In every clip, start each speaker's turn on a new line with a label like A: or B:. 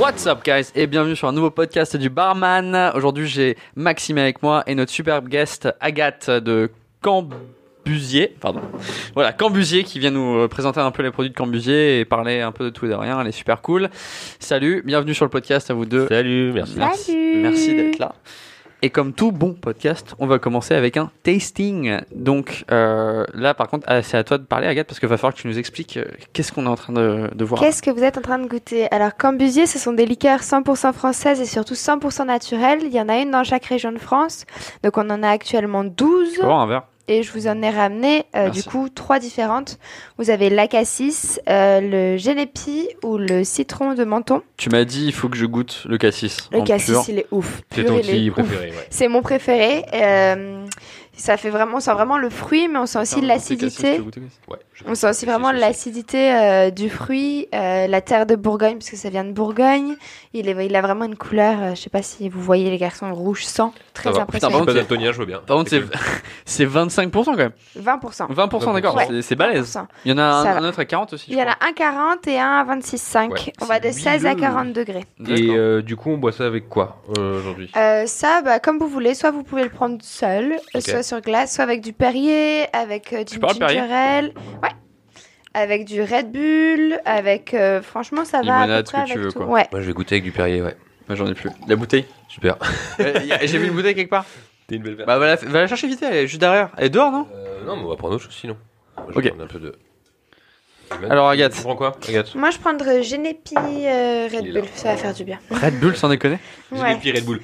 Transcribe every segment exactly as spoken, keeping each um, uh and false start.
A: What's up guys et bienvenue sur un nouveau podcast du Barman. Aujourd'hui j'ai Maxime avec moi et notre superbe guest Agathe de Cambusier, pardon. Voilà, Cambusier qui vient nous présenter un peu les produits de Cambusier et parler un peu de tout et de rien, elle est super cool. Salut, bienvenue sur le podcast à vous deux.
B: Salut, merci.
A: Merci,
C: Salut.
A: merci d'être là. Et comme tout bon podcast, on va commencer avec un tasting. Donc euh, là, par contre, ah, c'est à toi de parler, Agathe, parce qu'il va falloir que tu nous expliques euh, qu'est-ce qu'on est en train de, de voir.
C: Qu'est-ce que vous êtes en train de goûter? Alors, Cambusier, ce sont des liqueurs cent pour cent françaises et surtout cent pour cent naturelles. Il y en a une dans chaque région de France. Donc, on en a actuellement douze.
A: Tu peux avoir un verre?
C: Et je vous en ai ramené, euh, du coup, trois différentes. Vous avez la cassis, euh, le génépi ou le citron de menton.
A: Tu m'as dit, il faut que je goûte le cassis.
C: Le
A: en
C: cassis,
A: pur.
C: il est ouf.
B: C'est
C: Pur,
B: ton
C: il est
B: qui
C: ouf.
B: préféré, ouais.
C: C'est mon préféré. Euh, ça fait vraiment, on sent vraiment le fruit, mais on sent aussi
A: Attends,
C: l'acidité.
A: goûter cassis, tu veux goûter cassis
B: Ouais, je-
C: On sent aussi
B: c'est-
C: vraiment
B: c'est-
C: l'acidité euh, du fruit, euh, la terre de Bourgogne, parce que ça vient de Bourgogne. Il, est, il a vraiment une couleur, euh, je sais pas si vous voyez les garçons, rouge sang, très
B: Ça va.
C: impressionnant.
A: Putain,
B: Je suis pas
A: c'est-
B: daltonien, je vois bien.
A: Par contre, c'est,
B: cool.
A: c'est vingt-cinq pour cent quand même.
C: vingt pour cent.
A: vingt pour cent, d'accord.
C: Ouais.
A: C'est, c'est balèze.
C: vingt pour cent.
A: Il y en a un,
C: Ça
A: un
C: va.
A: autre à quarante aussi.
C: Il y en a un à quarante et un à vingt-six virgule cinq.
B: Ouais.
C: On va de
A: C'est
C: seize à
A: huileux.
C: quarante degrés.
B: Et euh, du coup, on boit ça avec quoi euh, aujourd'hui
C: Euh, ça, bah, comme vous voulez, soit vous pouvez le prendre seul,
B: Ok.
C: soit sur glace, soit avec du Perrier, avec euh, du
A: Tu parles Perrier
C: ginger ale. Ouais. Avec du Red Bull, avec... euh, franchement, ça va à peu
A: Limonade, ce
C: près
A: que tu
C: avec
A: veux,
C: tout.
A: quoi.
C: Ouais.
B: Moi, je vais goûter avec du Perrier, ouais.
A: Moi, j'en ai plus. La bouteille.
B: Super.
A: Euh, y a- J'ai vu une bouteille quelque part.
B: T'es une belle verre.
A: Bah, va la, va la chercher vite, elle est juste derrière. Elle est dehors, non?
B: Euh, non, mais on va prendre autre chose sinon. Moi, je
A: Ok.
B: vais prendre un peu de.
A: Alors, Agathe.
B: Tu prends quoi, Agathe
C: Moi, je prendrais Génépi euh, Red
B: Il est là.
C: Bull, ça va faire du bien.
A: Red Bull, sans déconner.
B: J'ai
C: Ouais.
B: des petits Red Bull.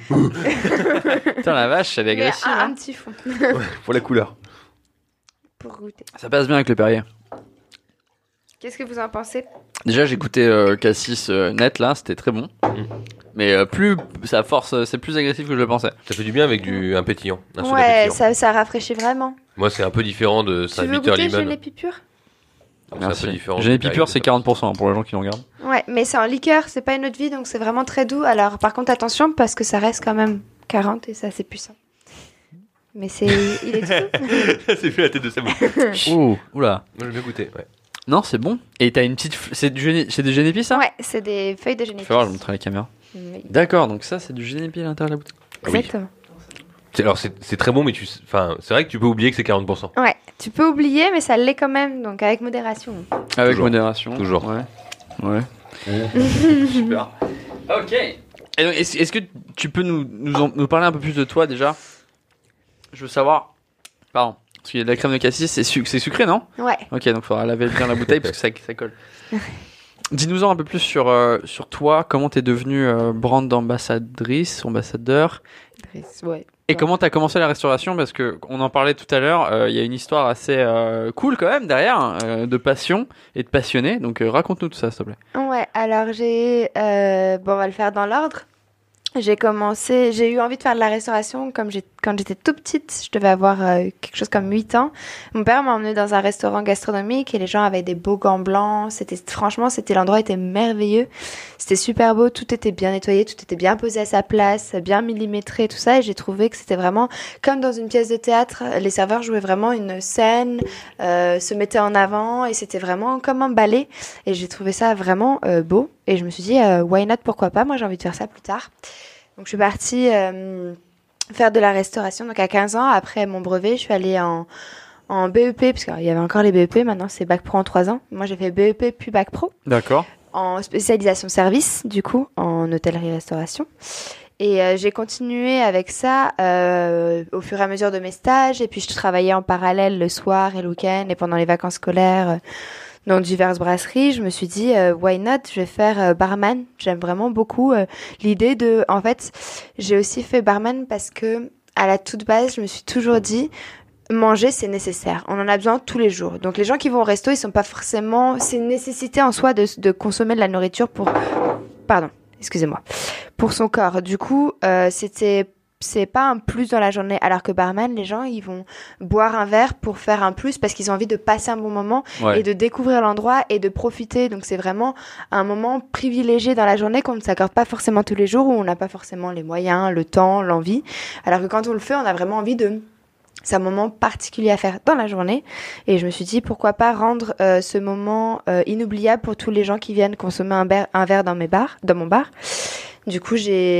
A: Putain, la vache, elle est
C: Mais
A: agressive.
C: un,
A: hein.
C: un petit fond
B: Pour la couleur.
C: pour goûter.
A: Ça passe bien avec le Perrier.
C: Qu'est-ce que vous en pensez?
A: Déjà, j'ai goûté euh, Cassis euh, net là, c'était très bon.
B: Mm.
A: Mais euh, plus ça force, euh, c'est plus agressif que je le pensais.
B: Ça fait du bien avec du un pétillant. Un soda
C: Ouais,
B: pétillant.
C: ça, ça rafraîchit vraiment.
B: Moi, c'est un peu différent de
C: Tu
B: saint
C: veux
B: Peter
C: goûter
B: Limon.
C: Génépi pur?
B: C'est un peu différent.
A: J'ai
B: du
A: Pipure,
B: Perrier,
A: c'est
B: ça.
A: quarante pour cent pour les gens qui nous regardent.
C: Ouais, mais c'est en liqueur, c'est pas une eau de vie, donc c'est vraiment très doux. Alors, par contre, attention, parce que ça reste quand même quarante et ça, c'est puissant. Mais c'est... Il est tout.
B: C'est plus la tête de Sam. Moi,
A: Ouh, oula.
B: je vais bien goûter, ouais.
A: Non, c'est bon. Et t'as une petite, f- c'est du géné... c'est des génépi ça?
C: Ouais, c'est des feuilles de
A: Fais
C: Génépi.
A: voir, je vais montrer à la caméra.
C: Oui,
A: D'accord, donc ça c'est du génépi à l'intérieur de la bouteille.
B: Oui.
C: exactement.
B: C'est- Alors, c'est c'est très bon, mais tu, enfin, c'est vrai que tu peux oublier que c'est quarante pour cent.
C: Ouais, tu peux oublier, mais ça l'est quand même, donc avec modération.
A: Avec
B: Toujours.
A: modération.
B: Toujours.
A: Ouais. Ouais. Super. Ok. Et donc, est-ce, est-ce que tu peux nous, nous, en- nous parler un peu plus de toi déjà? Je veux savoir. Pardon. Parce qu'il y a de la crème de cassis, c'est, suc- c'est sucré, non?
C: Ouais.
A: Ok, donc il faudra laver bien la bouteille parce que ça, ça colle. Dis-nous-en un peu plus sur, euh, sur toi, comment t'es devenue euh, brand ambassadrice, ambassadeur,
C: Ouais.
A: et comment t'as commencé la restauration, parce que on en parlait tout à l'heure, euh, il y a une histoire assez euh, cool quand même derrière, euh, de passion et de passionné, donc euh, raconte-nous tout ça s'il te plaît.
C: Ouais, alors j'ai... euh, bon, on va le faire dans l'ordre. J'ai commencé... J'ai eu envie de faire de la restauration comme j'ai, quand j'étais tout petite. Je devais avoir euh, quelque chose comme huit ans. Mon père m'a emmenée dans un restaurant gastronomique et les gens avaient des beaux gants blancs. C'était, franchement, c'était, l'endroit était merveilleux. C'était super beau, tout était bien nettoyé, tout était bien posé à sa place, bien millimétré, tout ça. Et j'ai trouvé que c'était vraiment comme dans une pièce de théâtre. Les serveurs jouaient vraiment une scène, euh, se mettaient en avant et c'était vraiment comme un ballet. Et j'ai trouvé ça vraiment euh, beau. Et je me suis dit, euh, why not, pourquoi pas? Moi, j'ai envie de faire ça plus tard. Donc, je suis partie euh, faire de la restauration. Donc, à quinze ans, après mon brevet, je suis allée en, en B E P, parce qu'il y avait encore les B E P, maintenant c'est Bac Pro en trois ans. Moi, j'ai fait B E P puis Bac Pro,
A: D'accord.
C: en spécialisation service, du coup, en hôtellerie-restauration. Et euh, j'ai continué avec ça euh, au fur et à mesure de mes stages. Et puis, je travaillais en parallèle le soir et le week-end et pendant les vacances scolaires euh, dans diverses brasseries. Je me suis dit, euh, why not, je vais faire euh, barman. J'aime vraiment beaucoup euh, l'idée de... En fait, j'ai aussi fait barman parce que, à la toute base, je me suis toujours dit... Manger, c'est nécessaire. On en a besoin tous les jours. Donc, les gens qui vont au resto, ils sont pas forcément... C'est une nécessité en soi de, de consommer de la nourriture pour... Pardon, excusez-moi. Pour son corps. Du coup, euh, c'était... C'est pas un plus dans la journée. Alors que barman, les gens, ils vont boire un verre pour faire un plus parce qu'ils ont envie de passer un bon moment
A: Ouais.
C: et de découvrir l'endroit et de profiter. Donc, c'est vraiment un moment privilégié dans la journée qu'on ne s'accorde pas forcément tous les jours, où on n'a pas forcément les moyens, le temps, l'envie. Alors que quand on le fait, on a vraiment envie de C'est un moment particulier à faire dans la journée et je me suis dit pourquoi pas rendre euh, ce moment euh, inoubliable pour tous les gens qui viennent consommer un, ber- un verre dans mes bars, dans mon bar. Du coup,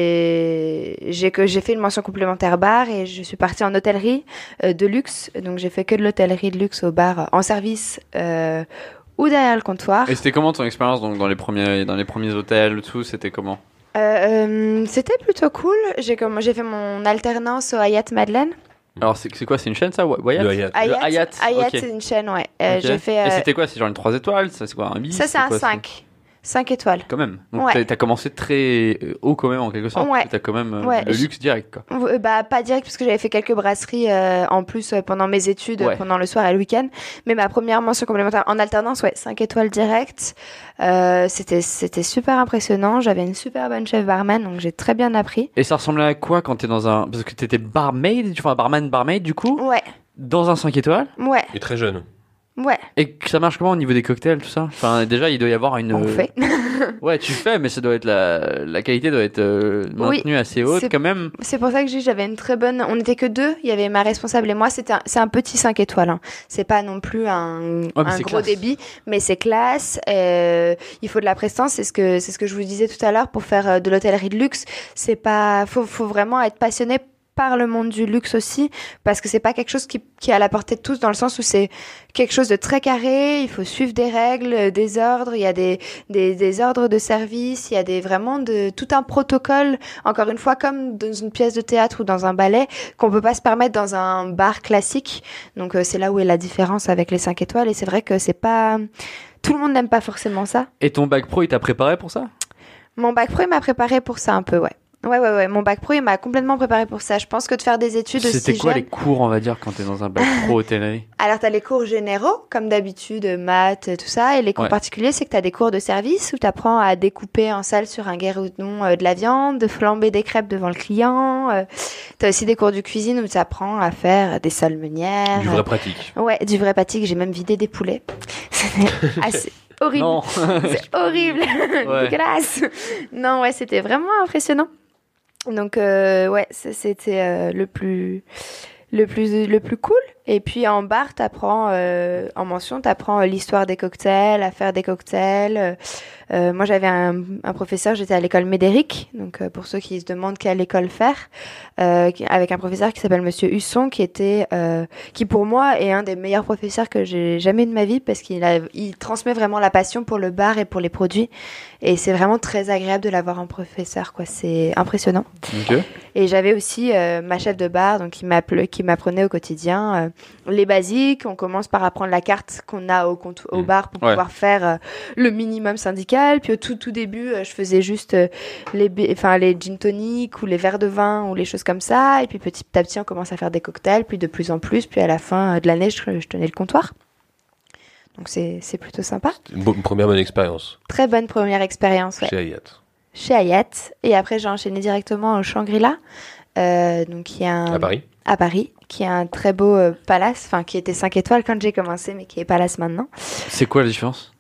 C: j'ai j'ai que j'ai fait une mention complémentaire bar et je suis partie en hôtellerie euh, de luxe. Donc j'ai fait que de l'hôtellerie de luxe au bar en service euh, ou derrière le comptoir.
A: Et c'était comment ton expérience donc dans les premiers dans les premiers hôtels tout, c'était comment?
C: Euh, euh, c'était plutôt cool. J'ai comme j'ai fait mon alternance au Hyatt Madeleine.
A: Alors c'est c'est quoi, c'est une chaîne ça, Wyatt?
B: Le Hyatt.
C: Hyatt,
A: Hyatt,
C: Hyatt,
A: ok.
C: c'est une chaîne, ouais. Euh,
A: Ok.
C: J'ai fait. euh,
A: Et c'était quoi, c'est genre une trois étoiles, ça c'est quoi un bis?
C: Ça, c'est un
A: quoi,
C: cinq. cinq étoiles.
A: Quand même. Donc
C: Ouais.
A: t'as, t'as commencé très euh, haut quand même en quelque sorte.
C: Ouais.
A: T'as quand même euh,
C: Ouais,
A: le
C: je-
A: luxe direct quoi.
C: Euh, Bah, pas direct, parce que j'avais fait quelques brasseries euh, en plus euh, pendant mes études,
A: Ouais.
C: euh, pendant le soir et le week-end. Mais ma première mention complémentaire en alternance, ouais, cinq étoiles direct. Euh, c'était, c'était super impressionnant. J'avais une super bonne chef barman, donc j'ai très bien appris.
A: Et ça ressemblait à quoi quand t'es dans un... Parce que t'étais barmaid, tu vois, barman, barmaid du coup,
C: Ouais,
A: dans un cinq étoiles.
C: ouais,
B: Et très jeune.
C: ouais.
A: Et que ça marche comment au niveau des cocktails, tout ça? Enfin, déjà, il doit y avoir une...
C: On fait.
A: Ouais, tu fais, mais ça doit être la, la qualité doit être euh, maintenue assez haute
C: c'est-
A: quand même.
C: C'est pour ça que j'ai dit, j'avais une très bonne. On n'était que deux. Il y avait ma responsable et moi. C'était un... c'est un petit cinq étoiles. Hein. C'est pas non plus un,
A: Ouais, mais
C: un
A: c'est
C: gros
A: classe.
C: débit, mais c'est classe. Euh, il faut de la prestance. C'est ce que c'est ce que je vous disais tout à l'heure pour faire euh, de l'hôtellerie de luxe. C'est pas. Faut faut vraiment être passionné par le monde du luxe aussi, parce que c'est pas quelque chose qui, qui est à la portée de tous, dans le sens où c'est quelque chose de très carré, il faut suivre des règles, euh, des ordres, il y a des, des, des ordres de service, il y a des, vraiment de, tout un protocole, encore une fois, comme dans une pièce de théâtre ou dans un ballet, qu'on peut pas se permettre dans un bar classique. Donc euh, c'est là où est la différence avec les cinq étoiles, et c'est vrai que c'est pas... Tout le monde n'aime pas forcément ça.
A: Et ton bac pro, il t'a préparé pour ça?
C: Mon bac pro, il m'a préparé pour ça un peu, ouais. Ouais, ouais, ouais. Mon bac pro, il m'a complètement préparé pour ça. Je pense que de faire des études aussi
A: C'était quoi
C: jeune...
A: les cours, on va dire, quand t'es dans un bac pro hôtellerie?
C: Alors, tu as les cours généraux, comme d'habitude, maths, tout ça. Et les cours
A: Ouais.
C: particuliers, c'est que tu as des cours de service où tu apprends à découper en salle sur un guéridon euh, de la viande, de flamber des crêpes devant le client. Euh, tu as aussi des cours de cuisine où tu apprends à faire des salmonières.
B: Du vrai pratique.
C: Ouais, du vrai pratique. J'ai même vidé des poulets. C'était assez horrible.
A: Non.
C: C'est horrible.
A: Ouais.
C: Dégueulasse. Non, ouais, c'était vraiment impressionnant. Donc, euh, ouais, c'est- c'était euh, le plus... Le plus, le plus cool. Et puis en bar, t'apprends, euh, en mention, t'apprends euh, l'histoire des cocktails, à faire des cocktails. Euh, euh, moi, j'avais un, un professeur, j'étais à l'école Médéric, donc euh, pour ceux qui se demandent quelle école faire, euh, qui- avec un professeur qui s'appelle Monsieur Husson, qui était, euh, qui pour moi est un des meilleurs professeurs que j'ai jamais eu de ma vie, parce qu'il a, il transmet vraiment la passion pour le bar et pour les produits. Et c'est vraiment très agréable de l'avoir en professeur, quoi. C'est impressionnant.
A: Ok.
C: Et j'avais aussi euh, ma chef de bar, donc qui m'appelait, qui m'apprenait au quotidien euh, les basiques. On commence par apprendre la carte qu'on a au compte, au
B: Mmh.
C: bar pour
A: Ouais.
C: pouvoir faire euh, le minimum syndical. Puis au tout tout début, euh, je faisais juste euh, les, bi- enfin les gin tonic ou les verres de vin ou les choses comme ça. Et puis petit à petit, on commence à faire des cocktails, puis de plus en plus. Puis à la fin euh, de l'année, je, je tenais le comptoir. Donc c'est c'est plutôt sympa.
B: Une, bo- une première bonne expérience
C: Très bonne première expérience. Ouais.
B: chez Hyatt.
C: Chez Hyatt. Et après, j'ai enchaîné directement au Shangri-La, euh, donc qui est un,
B: À Paris.
C: à Paris, qui est un très beau euh, palace, enfin qui était cinq étoiles quand j'ai commencé, mais qui est palace maintenant.
A: C'est quoi la différence?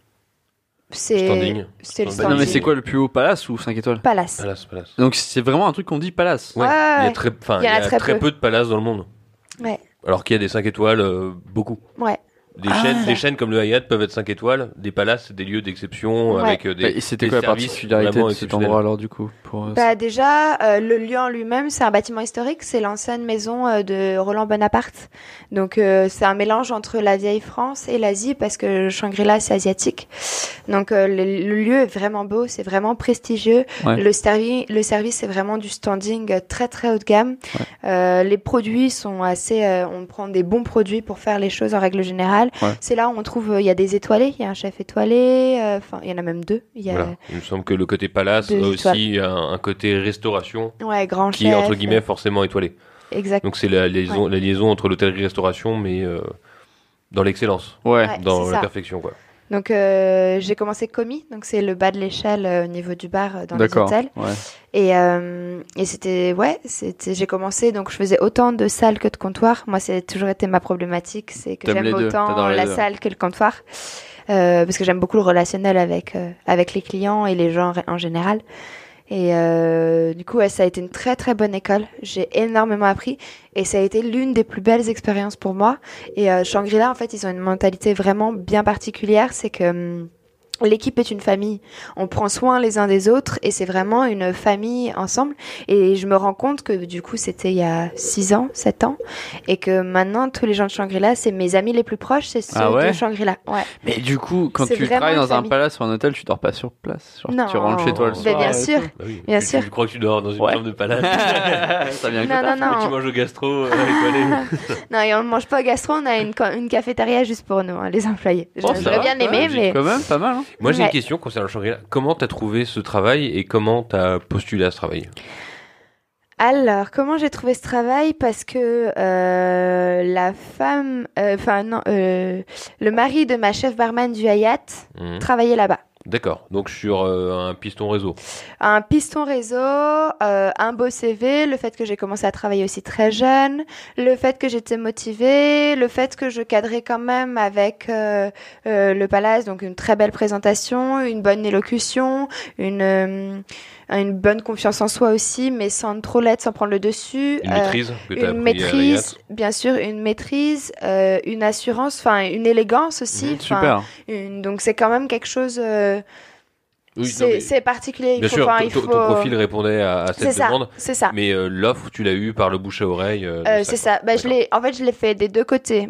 C: C'est
B: Standing.
C: c'est le
B: Non,
C: standing.
A: Non mais c'est quoi le plus haut, palace ou cinq étoiles?
C: Palace.
B: Palace, palace.
A: Donc c'est vraiment un truc qu'on dit palace.
B: Ouais,
C: Ouais,
B: il y a
C: ouais.
B: très, enfin,
C: Il y en a
B: il y a
C: très
B: très
C: peu.
B: peu de palaces dans le monde.
C: Ouais,
B: Alors qu'il y a des cinq étoiles, euh, beaucoup.
C: ouais.
B: Des,
A: Ah.
B: chaînes, des chaînes comme le Hyatt peuvent être cinq étoiles. Des palaces, c'est des lieux d'exception
C: Ouais.
B: avec euh, des.
A: Et c'était
B: des
A: quoi la
B: services
A: particularité
B: vraiment
A: de cet
B: exceptionnels.
A: endroit alors du coup pour, euh,
C: Bah déjà, euh, le lieu en lui-même, c'est un bâtiment historique. C'est l'ancienne maison euh, de Roland Bonaparte. Donc euh, c'est un mélange entre la vieille France et l'Asie, parce que Shangri-La c'est asiatique. Donc euh, le, le lieu est vraiment beau, c'est vraiment prestigieux.
A: Ouais.
C: Le, servi, le service c'est vraiment du standing euh, très très haut de gamme.
A: Ouais.
C: Euh, les produits sont assez, euh, on prend des bons produits pour faire les choses en règle générale.
A: Ouais.
C: C'est là où on trouve, euh, il y a des étoilés, il y a un chef étoilé, euh, enfin il y en a même deux. Il y a
B: Voilà. Il me semble que le côté palace
C: Deux
B: a
C: étoiles.
B: aussi un, un côté restauration
C: ouais grand
B: qui
C: chef.
B: est entre guillemets forcément étoilé.
C: Exact.
B: Donc c'est la liaison, la liaison entre l'hôtellerie-restauration, mais euh, dans l'excellence,
A: Ouais.
C: Ouais.
B: dans
C: c'est
B: la
C: ça.
B: perfection, quoi.
C: Donc euh, j'ai commencé commis, donc c'est le bas de l'échelle euh, au niveau du bar euh, dans les
A: D'accord.
C: hôtels.
A: Ouais.
C: Et, euh, et c'était ouais, c'était j'ai commencé, donc je faisais autant de salles que de comptoirs. Moi, c'est toujours été ma problématique, c'est que
A: T'aimes
C: j'aime
A: les deux,
C: autant
A: t'adores les
C: la
A: deux.
C: salle que le comptoir, euh, parce que j'aime beaucoup le relationnel avec euh, avec les clients et les gens en général. Et euh, du coup, ouais, ça a été une très très bonne école. J'ai énormément appris et ça a été l'une des plus belles expériences pour moi. Et euh, Shangri-La, en fait, ils ont une mentalité vraiment bien particulière. C'est que hum, l'équipe est une famille. On prend soin les uns des autres et c'est vraiment une famille ensemble. Et je me rends compte que du coup, c'était il y a six ans, sept ans. Et que maintenant, tous les gens de Shangri-La, c'est mes amis les plus proches, c'est ceux
A: Ah ouais
C: de Shangri-La. Ouais.
A: Mais du coup, quand
C: C'est
A: tu
C: vraiment
A: travailles
C: une
A: dans un
C: famille.
A: palace ou un hôtel, tu dors pas sur place. Genre,
C: Non.
A: tu rentres chez toi le
C: Mais
A: soir.
C: bien
A: et
C: sûr.
A: tout.
B: Bah oui.
C: Bien
B: tu,
C: sûr.
B: Tu crois que tu dors dans une
A: Ouais.
B: chambre de palace
A: Ça vient que
C: Non,
A: le taf.
C: non, non.
B: Tu manges au gastro euh, étoilé.
C: Non, et on ne mange pas au gastro, on a une, ca- une cafétéria juste pour nous, hein, les employés.
A: Oh, ça
C: J'aurais
A: va,
C: bien
A: ça va,
C: aimé, mais...
A: Quand même, pas mal. Hein.
B: Moi, j'ai
C: Ouais.
B: une question concernant Shangri-La. Comment t'as trouvé ce travail et comment t'as postulé à ce travail?
C: Alors, comment j'ai trouvé ce travail? Parce que euh, la femme... Enfin, non, euh, le mari de ma chef barman du Hyatt
B: Mhm.
C: travaillait là-bas.
B: D'accord. Donc sur euh, un piston réseau.
C: Un piston réseau, euh, un beau C V, le fait que j'ai commencé à travailler aussi très jeune, le fait que j'étais motivée, le fait que je cadrais quand même avec euh, euh, le palace, donc une très belle présentation, une bonne élocution, une, euh, une bonne confiance en soi aussi, mais sans trop l'être, sans prendre le dessus.
B: Une
C: Euh,
B: maîtrise que t'as
C: une
B: appris à la
C: maîtrise,
B: Yacht.
C: bien sûr, une maîtrise, euh, une assurance, enfin une élégance aussi.
B: Mhm,
C: enfin,
A: Super.
C: une- donc c'est quand même quelque chose... euh,
B: Oui, non,
C: c'est
B: mais
C: c'est particulier. Il
B: bien
C: faut,
B: sûr,
C: enfin,
B: ton,
C: il
B: ton-
C: faut...
B: ton profil répondait à, à
C: C'est
B: cette
C: ça,
B: demande.
C: c'est ça.
B: Mais euh, l'offre, tu l'as eu par le bouche à oreille. euh, de
C: Euh,
B: ça,
C: c'est
B: quoi.
C: ça. Bah, je
B: D'accord.
C: l'ai, en fait, je l'ai fait des deux côtés.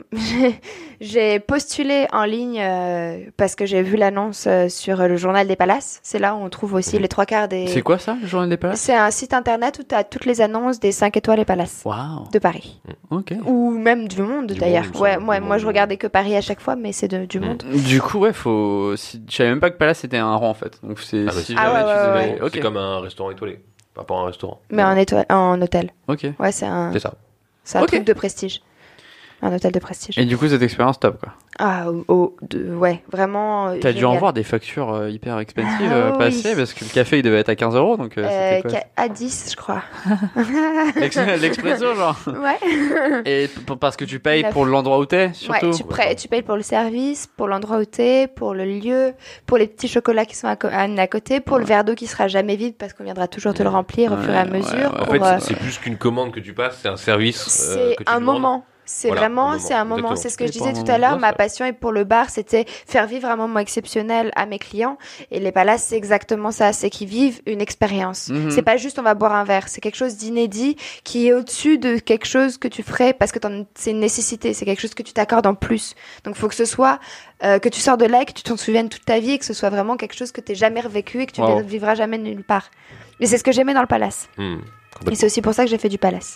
C: J'ai postulé en ligne euh, parce que j'ai vu l'annonce euh, sur le journal des palaces. C'est là où on trouve aussi
B: Mhm.
C: les trois quarts des...
A: C'est quoi ça, le journal des palaces?
C: C'est un site internet où tu as toutes les annonces des cinq étoiles et palaces
A: Waouh.
C: de Paris.
A: Ok.
C: Ou même du monde,
B: Du
C: d'ailleurs.
B: monde,
C: Ouais,
B: ça,
C: moi,
B: du
C: moi,
B: monde,
C: je
B: du
C: regardais que Paris à chaque fois, mais c'est de- du
B: Mhm.
C: monde.
A: Du coup, ouais, faut. Si... Je savais même pas que palace c'était un rang en fait. Donc c'est.
B: Ah, bah,
A: si
B: c'est-
C: Ah
A: jamais
C: ouais,
A: tu
C: ouais,
A: devais-
C: ouais.
A: Ok.
B: C'est comme un restaurant étoilé. Par rapport à un restaurant.
C: Mais en, étoile, en hôtel.
A: Ok.
C: Ouais, c'est un,
B: C'est ça.
C: c'est un
A: Ok.
C: truc de prestige. Un hôtel de prestige.
A: Et du coup, cette expérience top quoi.
C: Ah, oh, oh, de- ouais, vraiment. euh,
A: T'as dû en
C: génial.
A: voir des factures euh, hyper expensive
C: Ah,
A: euh,
C: oui.
A: passer parce que le café il devait être à quinze euros donc euh,
C: Euh,
A: c'était quoi
C: ca- à dix, je crois.
A: L'ex- L'expresso genre.
C: Ouais.
A: Et p- parce que tu payes
C: Neuf.
A: pour l'endroit où t'es surtout.
C: Ouais, tu, prêt- tu payes pour le service, pour l'endroit où t'es, pour le lieu, pour les petits chocolats qui sont à, co- à, à côté, pour le verre d'eau qui sera jamais vide parce qu'on viendra toujours te le remplir au
A: Ouais,
C: fur et à
A: ouais,
C: mesure.
A: ouais.
B: En
C: pour,
B: fait,
C: euh,
B: c'est plus qu'une commande que tu passes, c'est un service. euh,
C: c'est
B: que tu
C: un
B: demandes.
C: moment. C'est
B: Voilà, un
C: vraiment,
B: moment,
C: c'est un moment.
B: exactement.
C: C'est ce que je
A: C'est pas
C: disais
A: un
C: tout à
A: moment.
C: l'heure.
B: Ouais,
C: Ma
B: c'est vrai.
C: passion est pour le bar, c'était faire vivre un moment exceptionnel à mes clients. Et les palaces, c'est exactement ça. C'est qu'ils vivent une expérience.
A: Mhm.
C: C'est pas juste on va boire un verre. C'est quelque chose d'inédit qui est au-dessus de quelque chose que tu ferais parce que t'en- c'est une nécessité. C'est quelque chose que tu t'accordes en plus. Donc, faut que ce soit euh, que tu sors de là et que tu t'en souviennes toute ta vie et que ce soit vraiment quelque chose que t'aies jamais revécu et que tu
A: Wow.
C: ne vivras jamais nulle part. Et c'est ce que j'aimais dans le palace.
B: Hmm,
C: Et
B: complètement.
C: c'est aussi pour ça que j'ai fait du palace.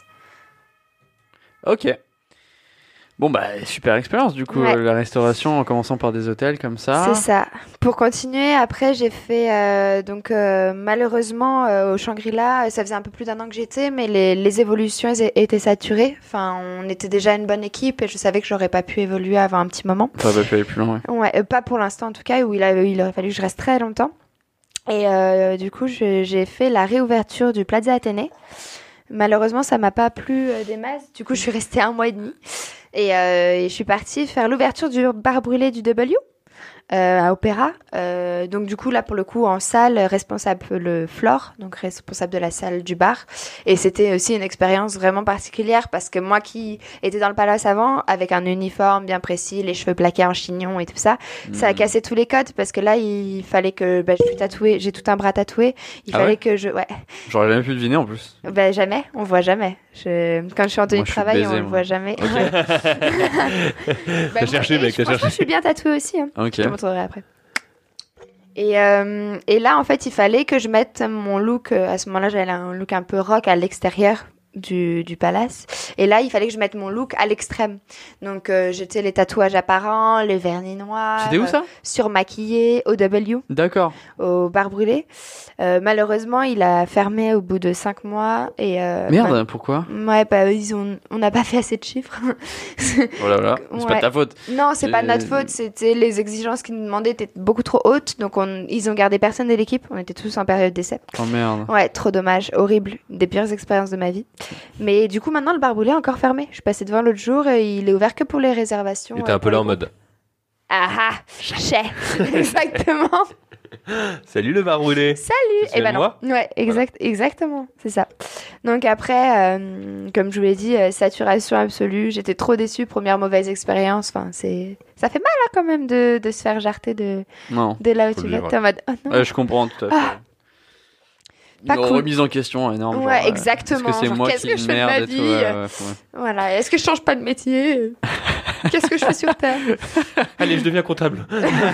A: Ok. Bon bah super expérience du coup
C: Ouais.
A: euh, la restauration en commençant par des hôtels comme ça.
C: C'est ça. Pour continuer, après, j'ai fait euh, donc euh, malheureusement euh, au Shangri-La, ça faisait un peu plus d'un an que j'étais, mais les, les évolutions elles étaient saturées. Enfin, on était déjà une bonne équipe et je savais que j'aurais pas pu évoluer avant un petit moment.
A: Ça va pas aller plus loin. Ouais.
C: Ouais, euh, pas pour l'instant en tout cas, où il, a, il aurait fallu que je reste très longtemps. Et euh, du coup, je- j'ai fait la réouverture du Plaza Athénée. Malheureusement, ça m'a pas plu euh, des masses. Du coup, je suis restée un mois et demi. Et, euh, et je suis partie faire l'ouverture du bar brûlé du W. Euh, à Opéra. Euh, donc du coup là pour le coup en salle responsable le floor, donc responsable de la salle du bar. Et c'était aussi une expérience vraiment particulière parce que moi qui étais dans le palace avant avec un uniforme bien précis, les cheveux plaqués en chignon et tout ça, ça a
A: Mhm.
C: cassé tous les codes parce que là il fallait que bah, je suis tatouée, j'ai tout un bras tatoué. Il
A: Ah
C: fallait
A: ouais
C: que je ouais
A: J'aurais jamais pu deviner en plus.
C: bah jamais, on voit jamais. Je... Quand je suis en tenue
A: Moi,
C: de
A: je suis
C: travail,
A: baisé,
C: on le
A: moi.
C: voit jamais. Ouais. Bah,
B: T'as
C: moi,
B: cherché,
C: et
B: mec,
C: je-
B: t'as
C: franchement,
B: cherché.
C: je suis bien tatouée aussi. Hein.
A: Ok.
C: Je te montrerai après. Et, euh, et là, en fait, il fallait que je mette mon look. euh, À ce moment-là, j'avais un look un peu rock à l'extérieur du, du palace. Et là, il fallait que je mette mon look à l'extrême. Donc, euh, j'étais les tatouages apparents, les vernis noirs.
A: C'était où ça
C: euh, Surmaquillée au W,
A: D'accord.
C: au bar brûlé. Euh, malheureusement, il a fermé au bout de cinq mois. Et, euh,
A: Merde,
C: bah,
A: pourquoi
C: ouais, bah, ils ont, on n'a pas fait assez de chiffres.
A: Voilà, voilà. C'est pas
C: Ouais.
A: de ta faute.
C: Non, c'est pas de notre
A: Euh,
C: faute. C'était les exigences qu'ils nous demandaient étaient beaucoup trop hautes. Donc, on, ils ont gardé personne de l'équipe. On était tous en période d'essai.
A: Oh merde.
C: Ouais, trop dommage. Horrible. Une des pires expériences de ma vie. Mais du coup, maintenant, le bar brûlé est encore fermé. Je suis passée devant l'autre jour et il est ouvert que pour les réservations.
B: Et t'es
C: euh,
B: un peu
C: pour
B: là
C: les
B: en mode.
C: groupes. Ah ah, chais. Exactement.
B: Salut le bar roulé.
C: Salut.
B: C'est
C: Et ben non.
B: moi
C: Ouais, exact, exactement, c'est ça. Donc après, euh, comme je vous l'ai dit, euh, saturation absolue. J'étais trop déçue, première mauvaise expérience. Enfin, c'est, ça fait mal hein, quand même de, de se faire jarter de,
A: Non.
C: de là où
B: Faut
C: tu
B: le
C: vas.
B: vivre.
C: T'es en mode, oh non.
A: Ouais, je comprends tout à fait.
C: Ah. Pas
A: Une
C: cool.
A: remise en question énorme.
C: Ouais,
A: genre, euh,
C: exactement.
A: Est-ce que c'est
C: Genre,
A: moi
C: qu'est-ce
A: qui
C: que je fais de
A: merde
C: ma
A: et tout,
C: vie
A: ouais, ouais, ouais.
C: Voilà. Est-ce que je change pas de métier Qu'est-ce que je fais sur Terre
B: Allez, je deviens comptable.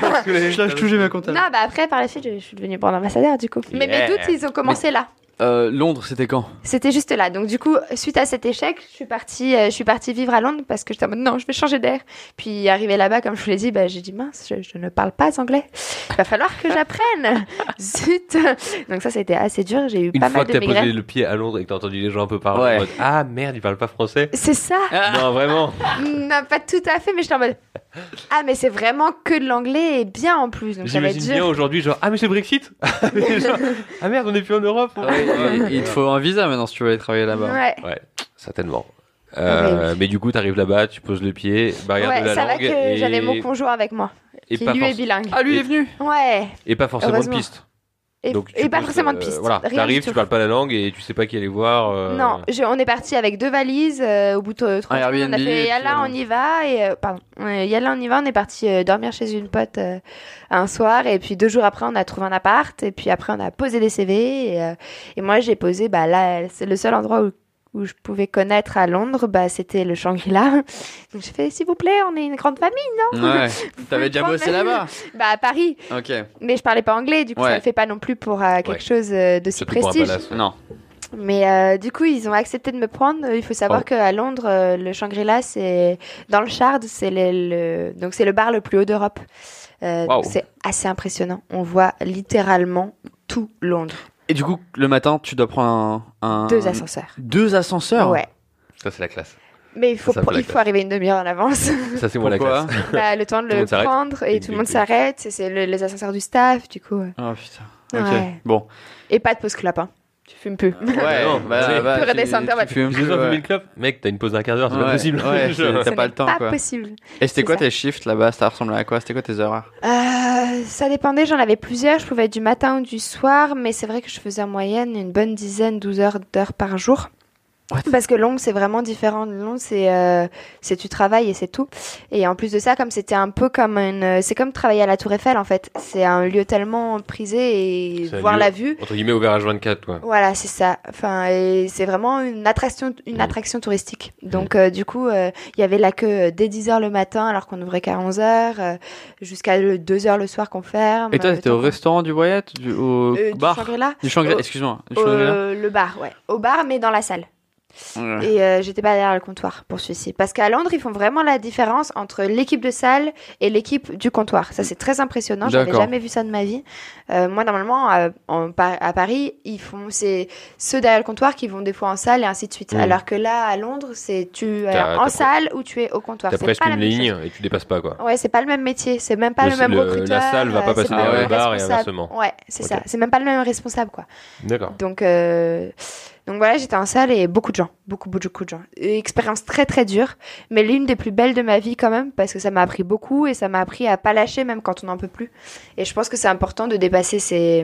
A: Je lâche tout, j'ai ma comptable.
C: Non, bah après, par la suite, je, je suis devenue brand ambassadeur du coup. Mais mes
B: Yeah.
C: doutes, ils ont commencé là.
A: Euh, Londres, c'était quand?
C: C'était juste là. Donc du coup, suite à cet échec, je suis partie, euh, je suis partie vivre à Londres parce que j'étais en mode non, je vais changer d'air. Puis arrivé là-bas, comme je vous l'ai dit, bah, j'ai dit mince, je, je ne parle pas anglais. Il va falloir que j'apprenne. Zut. Donc ça, ça a été assez dur. J'ai eu
B: Une
C: pas
B: fois
C: mal
B: que
C: de
B: t'as posé
C: migraines.
B: le pied à Londres et que t'as entendu les gens un peu parler
A: Ouais.
B: en mode ah merde, ils parlent pas français.
C: C'est ça.
B: Non, vraiment.
C: Non, pas tout à fait, mais j'étais en mode ah, mais c'est vraiment que de l'anglais et bien en plus. Donc ça va être
B: J'imagine bien
C: dur.
B: aujourd'hui, genre ah mais c'est le Brexit. Mais genre, ah merde, on est plus en Europe.
A: Ouais, et- et il te faut un visa maintenant si tu veux aller travailler là-bas.
C: Ouais.
B: Ouais, certainement. Euh, mais du coup, t'arrives là-bas, tu poses le pied, barrière
C: Ouais,
B: de la
C: ça va
B: langue
C: que
B: et...
C: j'avais mon conjoint avec moi,
B: et
C: qui
B: pas
C: lui est
B: forc-
C: bilingue.
A: Ah, lui, il
B: Et-
A: est venu.
C: Ouais.
B: et pas forcément
C: Heureusement.
B: de piste.
C: Et,
B: Donc, tu
C: et pas
B: poses,
C: forcément de
B: euh,
C: piste.
B: Voilà,
C: Rien
B: t'arrives,
C: du
B: tu
C: tout.
B: parles pas la langue et tu sais pas qui aller voir. euh,
C: Non, je- on est parti avec deux valises. euh, au bout de trois
A: Un
C: jours, on a
A: Airbnb, et
C: fait
A: puis,
C: Yalla,
A: euh,
C: on y va. Et, euh, pardon, euh, Yalla, on y va. On est parti euh, dormir chez une pote euh, un soir. Et puis deux jours après, on a trouvé un appart. Et puis après, on a posé des C V. Et, euh, et moi, j'ai posé, bah là, c'est le seul endroit où, où je pouvais connaître à Londres, bah, c'était le Shangri-La. Donc j'ai fait, s'il vous plaît, on est une grande famille.
A: Ouais.
C: Vous
A: T'avais
C: pouvez
A: déjà
C: prendre-
A: bossé là-bas.
C: Bah à Paris.
A: Ok.
C: Mais je parlais pas anglais. Du coup,
A: Ouais.
C: ça le fait pas non plus pour euh, quelque
B: Ouais.
C: chose euh, d'aussi
B: surtout pour un
C: prestige.
B: palace.
A: Non.
C: Mais euh, du coup, ils ont accepté de me prendre. Il faut savoir
B: Oh.
C: qu'à Londres, euh, le Shangri-La, c'est dans le Shard, c'est le, le- donc c'est le bar le plus haut d'Europe. Euh,
A: Waouh.
C: donc c'est assez impressionnant. On voit littéralement tout Londres.
A: Et du coup, le matin, tu dois prendre un. un-
C: Deux ascenseurs.
A: Deux ascenseurs.
C: Ouais.
B: Ça, c'est la classe.
C: Mais il faut,
B: Ça, ça fait la
C: il faut
B: classe.
C: arriver une demi-heure en avance.
B: Ça, c'est moi la
A: Pourquoi
B: classe.
C: Bah, le temps de
B: Tout le
C: le
B: monde s'arrête.
C: prendre et
B: Bing,
C: tout
B: bing,
C: le monde
B: bing.
C: s'arrête. C'est- C'est le- les ascenseurs du staff, du coup. ouais.
A: Oh putain. Ok.
C: Ouais.
A: Bon.
C: Et pas de pause clope, hein. Tu fumes plus.
A: Ouais.
B: non,
A: bah,
B: c'est-
A: bah,
C: Tu peux
A: tu-
C: redescendre,
A: tu
C: ouais.
A: fumes
B: J'ai
A: plus,
B: besoin de
A: ouais.
B: fumer une clope. Mec, t'as une pause d'un quart d'heure, c'est
A: Ouais.
B: pas possible.
A: Ouais,
B: Genre,
A: c'est-
C: Ce
A: t'as pas
C: n'est
A: le temps,
C: pas
A: quoi.
C: possible.
A: Et c'était
C: C'est
A: quoi
C: ça.
A: tes shifts là-bas? Ça ressemblait à quoi? C'était quoi tes horaires?
C: Euh, ça dépendait, j'en avais plusieurs. Je pouvais être du matin ou du soir, mais c'est vrai que je faisais en moyenne une bonne dizaine, douze heures d'heures par jour. Parce que Londres, c'est vraiment différent. Londres, c'est euh, c'est tu travailles et c'est tout. Et en plus de ça, comme c'était un peu comme une... C'est comme travailler à la Tour Eiffel, en fait. C'est un lieu tellement prisé et
B: C'est un
C: voir
B: lieu-
C: la vue.
B: Entre guillemets, ouvert H vingt-quatre, quoi.
C: Voilà, c'est ça. Enfin, et c'est vraiment une attraction, une
B: Mm.
C: attraction touristique. Donc, euh, du coup, euh, il y avait la queue dès dix heures le matin, alors qu'on ouvrait qu'à onze heures, euh, jusqu'à le- deux heures le soir qu'on ferme.
A: Et toi,
C: Le
A: t'étais
C: temps
A: au
C: qu'on-
A: restaurant du Wyatt? Du, au
C: Euh, du
A: bar?
C: Shangri-La.
A: Du Shangri-La,
C: Au-
A: excuse-moi. Du Shangri-La.
C: Euh, le bar, ouais. Au bar, mais dans la salle.
A: Ouais.
C: Et euh, j'étais pas derrière le comptoir pour celui-ci. Parce qu'à Londres, ils font vraiment la différence entre l'équipe de salle et l'équipe du comptoir. Ça, c'est très impressionnant. J'avais
A: D'accord.
C: jamais vu ça de ma vie. Euh, moi, normalement, à, en, Pa- à Paris, ils font, c'est ceux derrière le comptoir qui vont des fois en salle et ainsi de suite.
B: Mm.
C: Alors que là, à Londres, c'est tu es
B: T'as-
C: en
B: t'as
C: salle ou tu es au comptoir.
B: T'as
C: C'est
B: presque
C: pas la
B: une
C: même
B: ligne
C: chose.
B: et tu dépasses pas, quoi.
C: Ouais, c'est pas le même métier. C'est même pas
B: Le-
C: le, même
B: le-
C: recruteur.
B: la salle va pas
C: euh,
B: passer
C: c'est
A: derrière
C: pas
A: le
C: le
B: bar et
C: responsable.
B: inversement.
C: Ouais, c'est
B: Ok.
C: ça. C'est même pas le même responsable, quoi.
B: D'accord.
C: Donc, euh, donc voilà, j'étais en salle et beaucoup de gens, beaucoup, beaucoup, beaucoup de gens. Une expérience très, très dure, mais l'une des plus belles de ma vie quand même, parce que ça m'a appris beaucoup et ça m'a appris à pas lâcher même quand on n'en peut plus. Et je pense que c'est important de dépasser ses,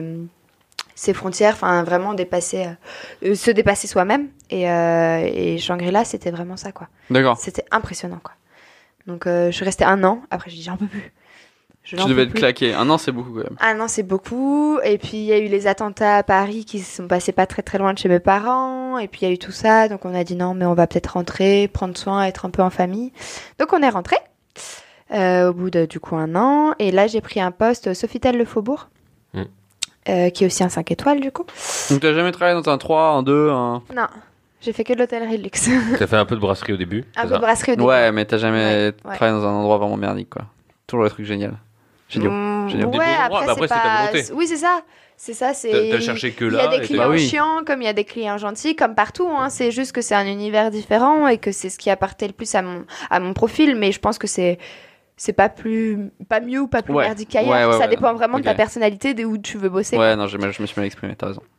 C: ses frontières, enfin vraiment dépasser, euh, se dépasser soi-même. Et, euh, et Shangri-La, c'était vraiment ça, quoi.
A: D'accord.
C: C'était impressionnant, quoi. Donc euh, je suis restée un an, après je dis j'en peux plus. Je
A: Tu
C: n'en
A: devais
C: peux
A: te
C: plus.
A: claquer. Un an, c'est beaucoup quand même.
C: Ah non, c'est beaucoup. Et puis, il y a eu les attentats à Paris qui se sont passés pas très très loin de chez mes parents. Et puis, il y a eu tout ça. Donc, on a dit non, mais on va peut-être rentrer, prendre soin, être un peu en famille. Donc, on est rentré euh, au bout de, du coup, un an. Et là, j'ai pris un poste Sofitel Le Faubourg,
B: Mm.
C: euh, qui est aussi un cinq étoiles, du coup.
A: Donc, t'as jamais travaillé dans un trois, un deux, un.
C: Non, j'ai fait que de l'hôtellerie de luxe.
B: T'as fait un peu de brasserie au début.
C: un
B: c'est
C: peu de
B: ça
C: brasserie au début.
A: Ouais, mais t'as jamais
C: Ouais, ouais.
A: travaillé dans un endroit vraiment merdique, quoi. Toujours le truc génial. Génial.
C: Mmh,
A: Génial.
C: ouais,
B: Des beaux endroits,
C: après,
B: bah après,
C: c'est
B: c'est ta
C: pas...
B: volonté.
C: Oui, c'est ça. C'est ça, c'est...
B: T'as t'as cherché que
C: Il y
B: là.
C: a des
B: et t'as-
C: clients
A: Bah oui.
C: chiants, comme il y a des clients gentils, comme partout. Hein. C'est juste que c'est un univers différent et que c'est ce qui apportait le plus à mon, à mon profil. Mais je pense que c'est, c'est pas plus, pas mieux ou pas plus
A: Ouais.
C: merdique qu'ailleurs.
A: Ouais, ouais,
C: ça
A: ouais.
C: dépend vraiment de ta
A: Ok.
C: personnalité, de où tu veux bosser.
A: Ouais, non, j'ai mal- je me suis mal exprimé, t'as raison.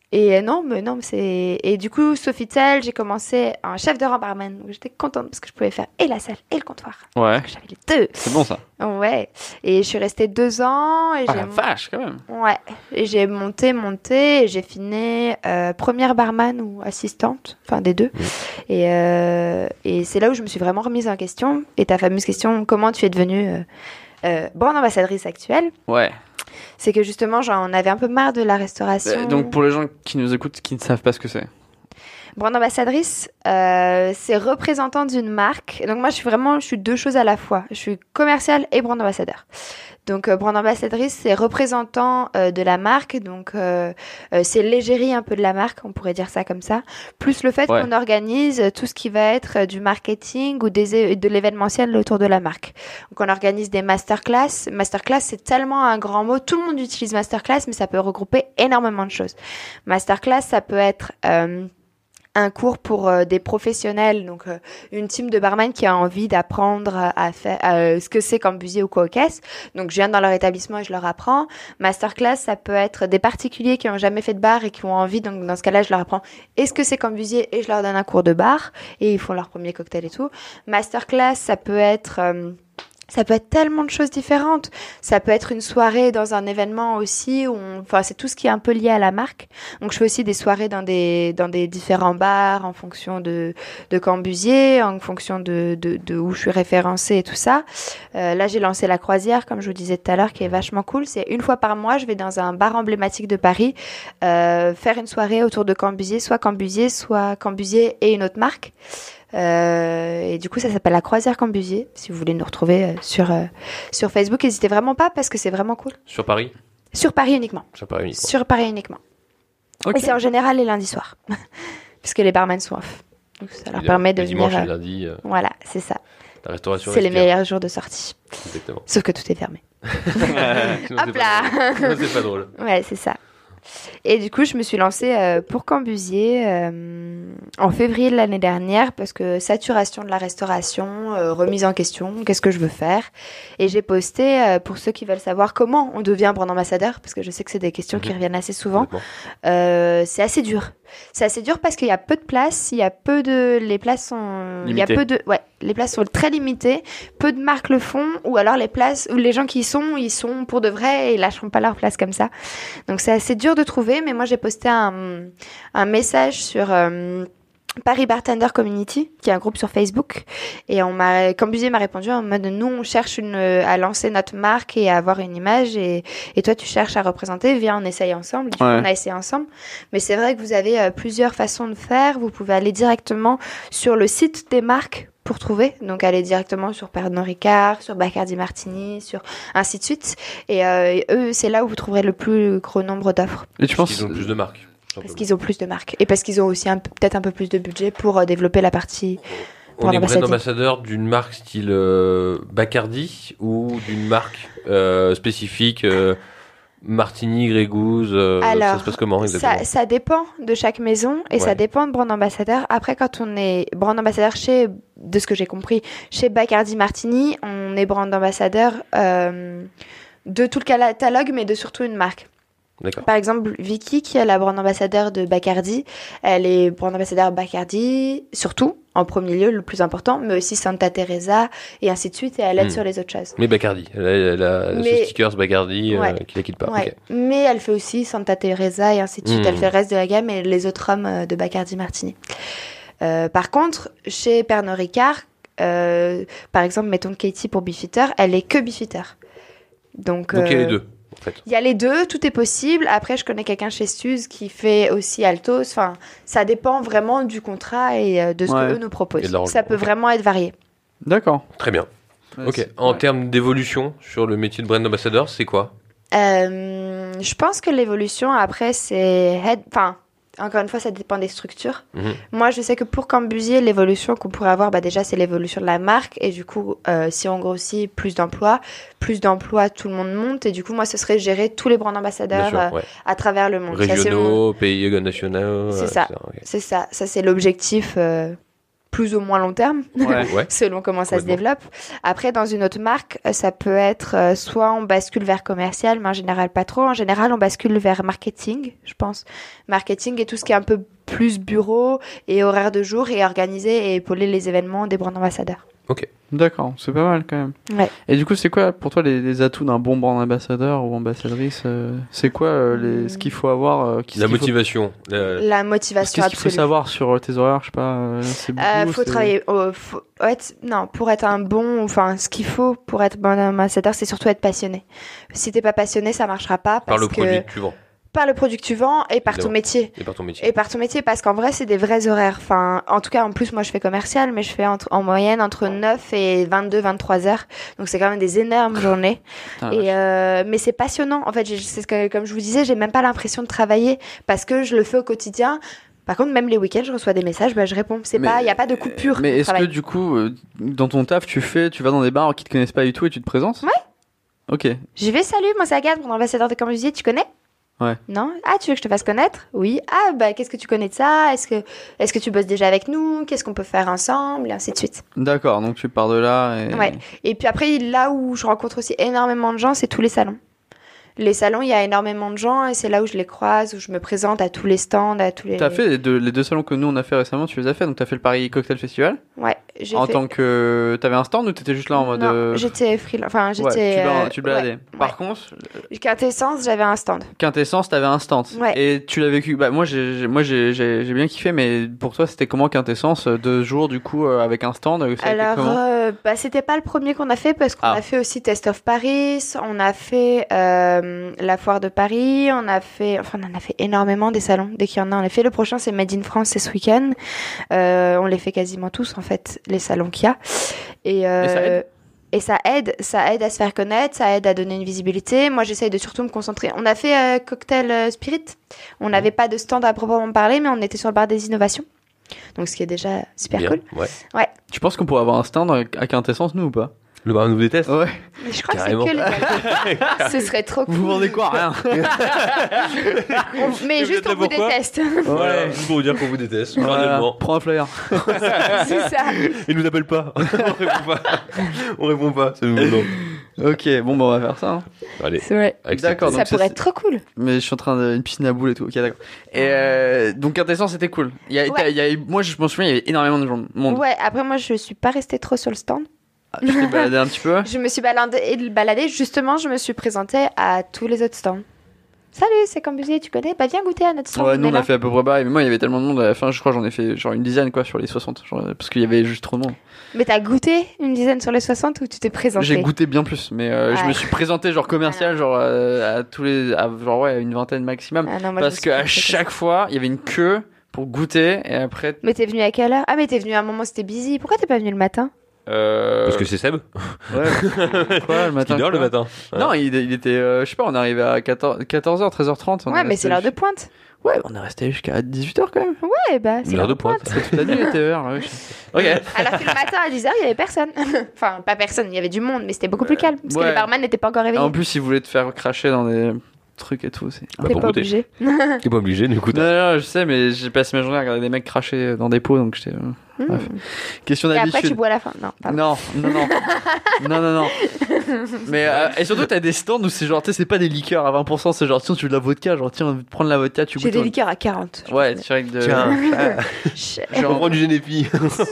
C: Et euh, non, mais non, mais c'est. Et du coup, Sofitel, j'ai commencé en chef de rang barman. Donc j'étais contente parce que je pouvais faire et la salle et le comptoir.
A: Ouais.
C: Donc, j'avais les deux.
A: C'est bon ça.
C: Ouais. Et je suis restée deux ans. Et
A: Ah
C: j'ai
A: la
C: mon-
A: vache, quand même.
C: Ouais. Et j'ai monté, monté. Et j'ai fini euh, première barman ou assistante. Enfin, des deux. Et, euh, et c'est là où je me suis vraiment remise en question. Et ta fameuse question, comment tu es devenue euh, euh, brand ambassadrice actuelle?
A: Ouais.
C: C'est que justement, j'en avais un peu marre de la restauration.
A: Euh, Donc pour les gens qui nous écoutent, qui ne savent pas ce que c'est.
C: Brand ambassadrice, euh, c'est représentant d'une marque. Donc moi, je suis vraiment, je suis deux choses à la fois. Je suis commerciale et brand ambassadeur. Donc euh, brand ambassadrice, c'est représentant euh, de la marque. Donc euh, euh, c'est l'égérie un peu de la marque, on pourrait dire ça comme ça. Plus le fait
A: Ouais.
C: qu'on organise tout ce qui va être euh, du marketing ou des é- de l'événementiel autour de la marque. Donc on organise des masterclass. Masterclass, c'est tellement un grand mot. Tout le monde utilise masterclass, mais ça peut regrouper énormément de choses. Masterclass, ça peut être euh, un cours pour euh, des professionnels, donc euh, une team de barman qui a envie d'apprendre à, à faire euh, ce que c'est Cambusier ou quoi aux caisses. Donc je viens dans leur établissement et je leur apprends. Masterclass, ça peut être des particuliers qui ont jamais fait de bar et qui ont envie, donc dans ce cas-là, je leur apprends est-ce que c'est Cambusier et je leur donne un cours de bar et ils font leur premier cocktail et tout. Masterclass, ça peut être euh, ça peut être tellement de choses différentes. Ça peut être une soirée dans un événement aussi. Où on... Enfin, c'est tout ce qui est un peu lié à la marque. Donc, je fais aussi des soirées dans des dans des différents bars en fonction de de Cambusier, en fonction de de, de où je suis référencée et tout ça. Euh, là, j'ai lancé la croisière, comme je vous disais tout à l'heure, qui est vachement cool. C'est une fois par mois, je vais dans un bar emblématique de Paris euh, faire une soirée autour de Cambusier, soit Cambusier, soit Cambusier et une autre marque. Euh, et du coup, ça s'appelle la croisière Cambusier. Si vous voulez nous retrouver euh, sur euh, sur Facebook, n'hésitez vraiment pas parce que c'est vraiment cool.
B: Sur Paris
C: Sur Paris uniquement.
B: Sur Paris uniquement.
C: Sur Paris uniquement.
A: Ok.
C: Et c'est en général les lundis soirs, parce que les barman sont off. Donc ça leur
B: Évidemment.
C: permet de
B: Le
C: venir.
B: dimanche et
C: euh,
B: le lundi, euh,
C: Voilà, c'est ça.
B: la restauration
C: C'est les
B: respire.
C: meilleurs jours de sortie.
B: Exactement.
C: Sauf que tout est fermé.
B: Sinon,
C: Hop
B: c'est pas
C: là.
B: drôle. Sinon, c'est pas drôle.
C: Ouais, c'est ça. Et du coup, je me suis lancée euh, pour Cambusier euh, en février de l'année dernière parce que saturation de la restauration, euh, remise en question, qu'est-ce que je veux faire. Et j'ai posté, euh, pour ceux qui veulent savoir comment on devient brand ambassadeur, parce que je sais que c'est des questions qui
B: Mhm.
C: reviennent assez souvent,
B: Complètement.
C: euh, c'est assez dur. C'est assez dur parce qu'il y a peu de places, il y a peu de... Les places sont... Il y a
A: Limitées.
C: peu de... Ouais, les places sont très limitées, peu de marques le font, ou alors les places où les gens qui y sont, ils sont pour de vrai et ils lâcheront pas leur place comme ça. Donc c'est assez dur de trouver, mais moi j'ai posté un, un message sur euh, Paris Bartender Community, qui est un groupe sur Facebook, et on m'a, Cambusier m'a répondu en mode nous on cherche une, à lancer notre marque et à avoir une image, et, et toi tu cherches à représenter, viens on essaye ensemble. Du coup,
A: Ouais.
C: on a essayé ensemble, mais c'est vrai que vous avez euh, plusieurs façons de faire. Vous pouvez aller directement sur le site des marques pour trouver, donc aller directement sur Pernod Ricard, sur Bacardi Martini, sur ainsi de suite, et, euh, et eux c'est là où vous trouverez le plus gros nombre d'offres.
A: Et tu
B: Parce
A: penses
B: qu'ils ont plus de marques.
C: Parce qu'ils ont plus de marques. Et parce qu'ils ont aussi un peu- peut-être un peu plus de budget pour euh, développer la partie.
B: On
C: Pour
B: est brand
C: l'ambassadeur.
B: ambassadeur d'une marque style euh, Bacardi ou d'une marque euh, spécifique euh, Martini, Grégouze, euh, ça
C: Alors,
B: se passe comment exactement
C: Ça, ça dépend de chaque maison et ça
B: Ouais.
C: dépend de brand ambassadeur. Après, quand on est brand ambassadeur chez, de ce que j'ai compris, chez Bacardi Martini, on est brand ambassadeur euh, de tout le catalogue, mais de surtout une marque.
B: D'accord.
C: Par exemple, Vicky, qui est la brand ambassadeur de Bacardi, elle est brand ambassadeur Bacardi, surtout, en premier lieu, le plus important, mais aussi Santa Teresa, et ainsi de suite, et elle aide
B: Hmm.
C: sur les autres choses.
B: Mais Bacardi, elle a, elle a
C: Mais-
B: ce stickers Bacardi euh,
C: Ouais.
B: qui la quitte pas.
C: Ouais.
B: Ok.
C: Mais elle fait aussi Santa Teresa, et ainsi de suite.
B: Hmm.
C: Elle fait le reste de la gamme et les autres hommes euh, de Bacardi Martini. Euh, par contre, chez Pernod Ricard, euh, par exemple, mettons Katie pour Beefeater, elle est que Beefeater. Donc,
B: Donc il y a
C: euh,
B: les deux en fait.
C: Il y a les deux, tout est possible. Après, je connais quelqu'un chez Suze qui fait aussi Altos. Enfin, ça dépend vraiment du contrat et euh, de ce
A: Ouais.
C: que eux nous proposent.
B: Et de l'arrangement,
C: Ça peut
B: ok.
C: vraiment être varié.
A: D'accord.
B: Très bien.
A: Ouais,
B: Ok.
A: c'est-
B: En
A: ouais.
B: termes d'évolution sur le métier de brand ambassadeur, c'est quoi
C: Euh, je pense que l'évolution, après, c'est... head- Enfin, encore une fois, ça dépend des structures.
B: Mhm.
C: Moi, je sais que pour Cambusier, l'évolution qu'on pourrait avoir, bah, déjà, c'est l'évolution de la marque. Et du coup, euh, si on grossit, plus d'emplois. Plus d'emplois, tout le monde monte. Et du coup, moi, ce serait gérer tous les brand
B: Bien
C: ambassadeurs
B: sûr,
C: euh,
B: ouais.
C: à travers le monde. Ça, c'est mon-
B: Régionaux, pays nationaux.
C: C'est
B: ouais,
C: ça.
B: ok.
C: C'est ça, ça c'est l'objectif euh, plus ou moins long terme,
A: Ouais.
B: Ouais.
C: selon comment ça se
B: Complètement.
C: développe. Après, dans une autre marque, euh, ça peut être euh, soit on bascule vers commercial, mais en général pas trop. En général, on bascule vers marketing, je pense. Marketing et tout ce qui est un peu plus bureau et horaire de jour et organiser et épauler les événements des brand ambassadeurs.
A: D'accord, c'est pas mal quand même.
C: Ouais.
A: Et du coup, c'est quoi pour toi les, les atouts d'un bon brand ambassadeur ou ambassadrice euh, C'est quoi euh, les, ce qu'il faut avoir euh, qu'est-ce
B: La
A: qu'il faut-
B: motivation. la-
C: La motivation
A: Qu'est-ce qu'il faut
C: absolue.
A: savoir sur euh, tes horaires Je sais pas. euh, c'est beaucoup.
C: Euh, faut
A: c'est-
C: travailler. euh, faut être, non, pour être un bon, enfin, ce qu'il faut pour être bon ambassadeur, c'est surtout être passionné. Si t'es pas passionné, ça marchera pas
B: Par
C: parce
B: le
C: que
B: produit que tu vends
C: par le produit que tu vends et par ton
B: Évidemment.
C: métier.
B: et par ton métier.
C: Et par ton métier, parce qu'en vrai, c'est des vrais horaires. Enfin, en tout cas, en plus, moi, je fais commercial, mais je fais entre, en moyenne entre neuf et vingt-deux, vingt-trois heures. Donc, c'est quand même des énormes journées.
A: Putain,
C: Et euh, mais c'est passionnant. En fait, j'ai- c'est ce que, comme je vous disais, j'ai même pas l'impression de travailler parce que je le fais au quotidien. Par contre, même les week-ends, je reçois des messages, bah, je réponds. C'est
A: Mais-
C: pas, il y a pas de coupure.
A: Mais
C: au
A: est-ce que
C: travail.
A: du coup, euh, dans ton taf, tu fais, tu vas dans des bars qui te connaissent pas du tout et tu te présentes
C: Ouais.
A: Ok.
C: J'y vais, salut, moi c'est Agathe, mon ambassadeur de Corbusier, tu connais?
A: Ouais.
C: Non? Ah, tu veux que je te fasse connaître? Oui. Ah, bah, qu'est-ce que tu connais de ça? Est-ce que, est-ce que tu bosses déjà avec nous? Qu'est-ce qu'on peut faire ensemble? Et ainsi de suite.
A: D'accord, donc tu pars de là. Et...
C: Ouais. Et puis après, là où je rencontre aussi énormément de gens, c'est tous les salons. Les salons, il y a énormément de gens et c'est là où je les croise, où je me présente à tous les stands, à tous les...
A: T'as fait les deux, les deux salons que nous on a fait récemment, tu les as fait. Donc t'as fait le Paris Cocktail Festival.
C: Ouais, j'ai
A: En
C: fait...
A: tant que. T'avais un stand ou t'étais juste là en mode.
C: Non,
A: euh,
C: j'étais freelance. Enfin,
A: Ouais,
C: j'étais...
A: tu, bala-
C: euh,
A: tu te baladais.
C: ouais,
A: Par
C: ouais.
A: contre,
C: Quintessence, j'avais un stand.
A: Quintessence, t'avais un stand.
C: Ouais.
A: Et tu l'as vécu. Bah, moi, j'ai, j'ai- moi, j'ai, j'ai, j'ai bien kiffé, mais pour toi, c'était comment Quintessence euh, Deux jours, du coup, euh, avec un stand euh, ça a été
C: Alors,
A: comment
C: euh, bah, c'était pas le premier qu'on a fait parce qu'on
A: Ah.
C: a fait aussi Test of Paris, on a fait euh, la foire de Paris, on a fait, enfin, on en a fait énormément des salons. Dès qu'il y en a, on les fait. Le prochain, c'est Made in France, c'est ce week-end. Euh, on les fait quasiment tous, en fait, les salons qu'il y a. Et, euh,
A: Et ça aide
C: et ça aide, ça aide à se faire connaître, ça aide à donner une visibilité. Moi, j'essaye de surtout me concentrer. On a fait euh, Cocktail euh, Spirit. On n'avait pas de stand à proprement parler, mais on était sur le bar des innovations. Donc, ce qui est déjà super
B: Bien.
C: cool.
B: Ouais.
A: Tu penses qu'on pourrait avoir un stand à Quintessence, nous ou pas
B: Le bar nous déteste.
A: Ouais.
C: Mais je crois
B: Carrément.
C: que c'est que les gars. Ce serait trop cool.
A: Vous vendez quoi Rien.
C: On- mais
B: Et
C: juste
B: vous êtes
C: on vous
B: là pourquoi
C: déteste.
B: Voilà, juste pour vous dire qu'on vous déteste.
A: Voilà.
B: Cordialement.
A: Prends un flyer.
C: C'est ça.
B: Ils nous appellent pas. on répond pas. On répond pas. C'est nous. Non.
A: Ok, bon, bah, on va faire ça. hein.
B: Allez.
C: C'est vrai.
B: accepté.
A: D'accord,
C: Ça
A: donc
C: pourrait
A: c'est-
C: être trop cool.
A: Mais je suis en train de. Une piscine à boules et tout. Ok, d'accord. Et euh, donc, Quintessence, c'était cool. Il y a,
C: Ouais.
A: t'as- il y a, moi, je m'en souviens, il y avait énormément de gens. Monde.
C: Ouais, après moi je suis pas restée trop sur le stand.
A: Ah, tu t'es baladé un petit peu
C: Je me suis baladée, baladée justement, je me suis présentée à tous les autres stands. Salut, c'est Corbusier, tu connais? Bah viens goûter à notre stand.
A: Ouais,
C: on
A: nous
C: est
A: on a
C: là.
A: fait à peu près pareil, mais moi il y avait tellement de monde à la fin, je crois j'en ai fait genre une dizaine quoi sur les soixante, genre, parce qu'il y avait juste trop de monde.
C: Mais t'as goûté une dizaine sur les soixante ou tu t'es présenté?
A: J'ai goûté bien plus, mais euh, je
C: Ouais.
A: me suis présenté genre commercial, genre euh, à tous les, à, genre ouais, une vingtaine maximum,
C: Ah non, moi, je me
A: parce
C: suis
A: qu'à
C: présentée.
A: chaque fois il y avait une queue pour goûter et après.
C: Mais t'es venu à quelle heure? Ah mais t'es venu à un moment c'était busy. Pourquoi t'es pas venu le matin?
A: Euh...
B: Parce que c'est Seb.
A: Ouais. Quoi le matin
B: Qui dort le
A: quoi
B: matin.
A: Non, il, il était, euh, je sais pas, on est arrivé à quatorze, quatorze heures, treize heures trente. on est
C: Ouais, mais
A: resté
C: c'est l'heure de
A: jusqu'-
C: pointe.
A: Ouais, on est resté jusqu'à dix-huit heures quand même.
C: Ouais, bah c'est
B: L'heure de pointe.
A: C'est toute la nuit les T E R. Ouais. Ok.
C: Alors que le matin à dix heures, il y avait personne. Enfin, pas personne, il y avait du monde, mais c'était beaucoup plus calme. Parce
A: ouais.
C: que les barman n'étaient pas encore réveillés.
A: En plus, ils voulaient te faire cracher dans des trucs et tout. C'est...
B: Bah,
C: T'es
B: pour
C: pas
B: goûter.
C: obligé.
B: T'es pas obligé, du coup.
A: Non, non, je sais, mais j'ai passé ma journée à regarder des mecs cracher dans des pots, donc j'étais. euh, Bref. Question
C: Et après,
A: d'habitude.
C: tu bois à la fin. Non, pardon.
A: Non, non, non. non, non, non. Mais, euh, et surtout, t'as des stands où c'est genre, tu sais, c'est pas des liqueurs à vingt pour cent, c'est genre, tiens, tu veux de la vodka, genre, tiens, prendre la vodka, tu
C: J'ai
A: goûtes.
C: des
A: au-
C: liqueurs à quarante.
A: Ouais, direct de.
B: Tiens.
C: Je-
B: Je reprends du Génépi.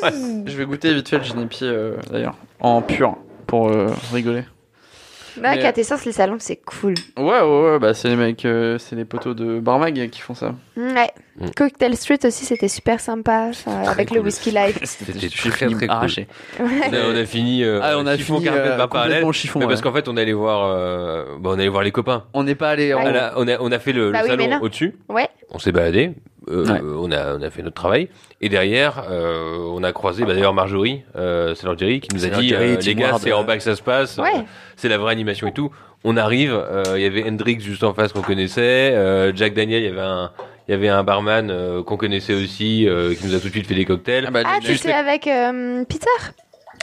A: Je vais goûter vite fait le Genepi, euh, d'ailleurs, en pur, pour euh, rigoler.
C: Bah,
A: Mais-
C: Quintessence, les salons, c'est cool.
A: Ouais, ouais, ouais, bah, c'est les mecs, euh, c'est les poteaux de Barmag qui font ça.
C: Ouais.
B: Mm.
C: Cocktail Street aussi, c'était super sympa. enfin, avec le
B: cool.
C: whisky live.
B: C'était
A: J'ai
B: très,
A: fini
B: très cool.
A: arraché.
B: On a, on a fini. Euh,
A: Ah, on a
B: chiffon
A: fini
B: carpet
A: euh,
B: par parallèle.
A: complètement chiffon.
B: Mais
A: ouais.
B: parce qu'en fait, on allait voir. Euh, bah, on allait voir les copains.
A: On n'est pas allé en.
C: Ouais.
B: On a, on a, on a fait le, le
C: Bah oui, mais
B: salon
C: non.
B: au-dessus.
C: Ouais.
B: On s'est baladé. Euh,
A: Ouais.
B: on, a, on a fait notre travail. Et derrière, euh, on a croisé bah, d'ailleurs Marjorie, euh, c'est Jerry, qui nous a
A: Sailor
B: dit
A: Jerry,
B: euh,
A: Tim
B: les gars,
A: Ward,
B: c'est
A: euh.
B: en bas que ça se passe.
C: Ouais.
B: euh, c'est la vraie animation et tout. On arrive. euh, Il y avait Hendrix juste en face qu'on connaissait. euh, Jack Daniel, il y avait un. Il y avait un barman euh, qu'on connaissait aussi, euh, qui nous a tout de suite fait des cocktails.
A: Ah, bah,
C: Ah,
A: j'ai-
C: tu étais avec euh, Peter?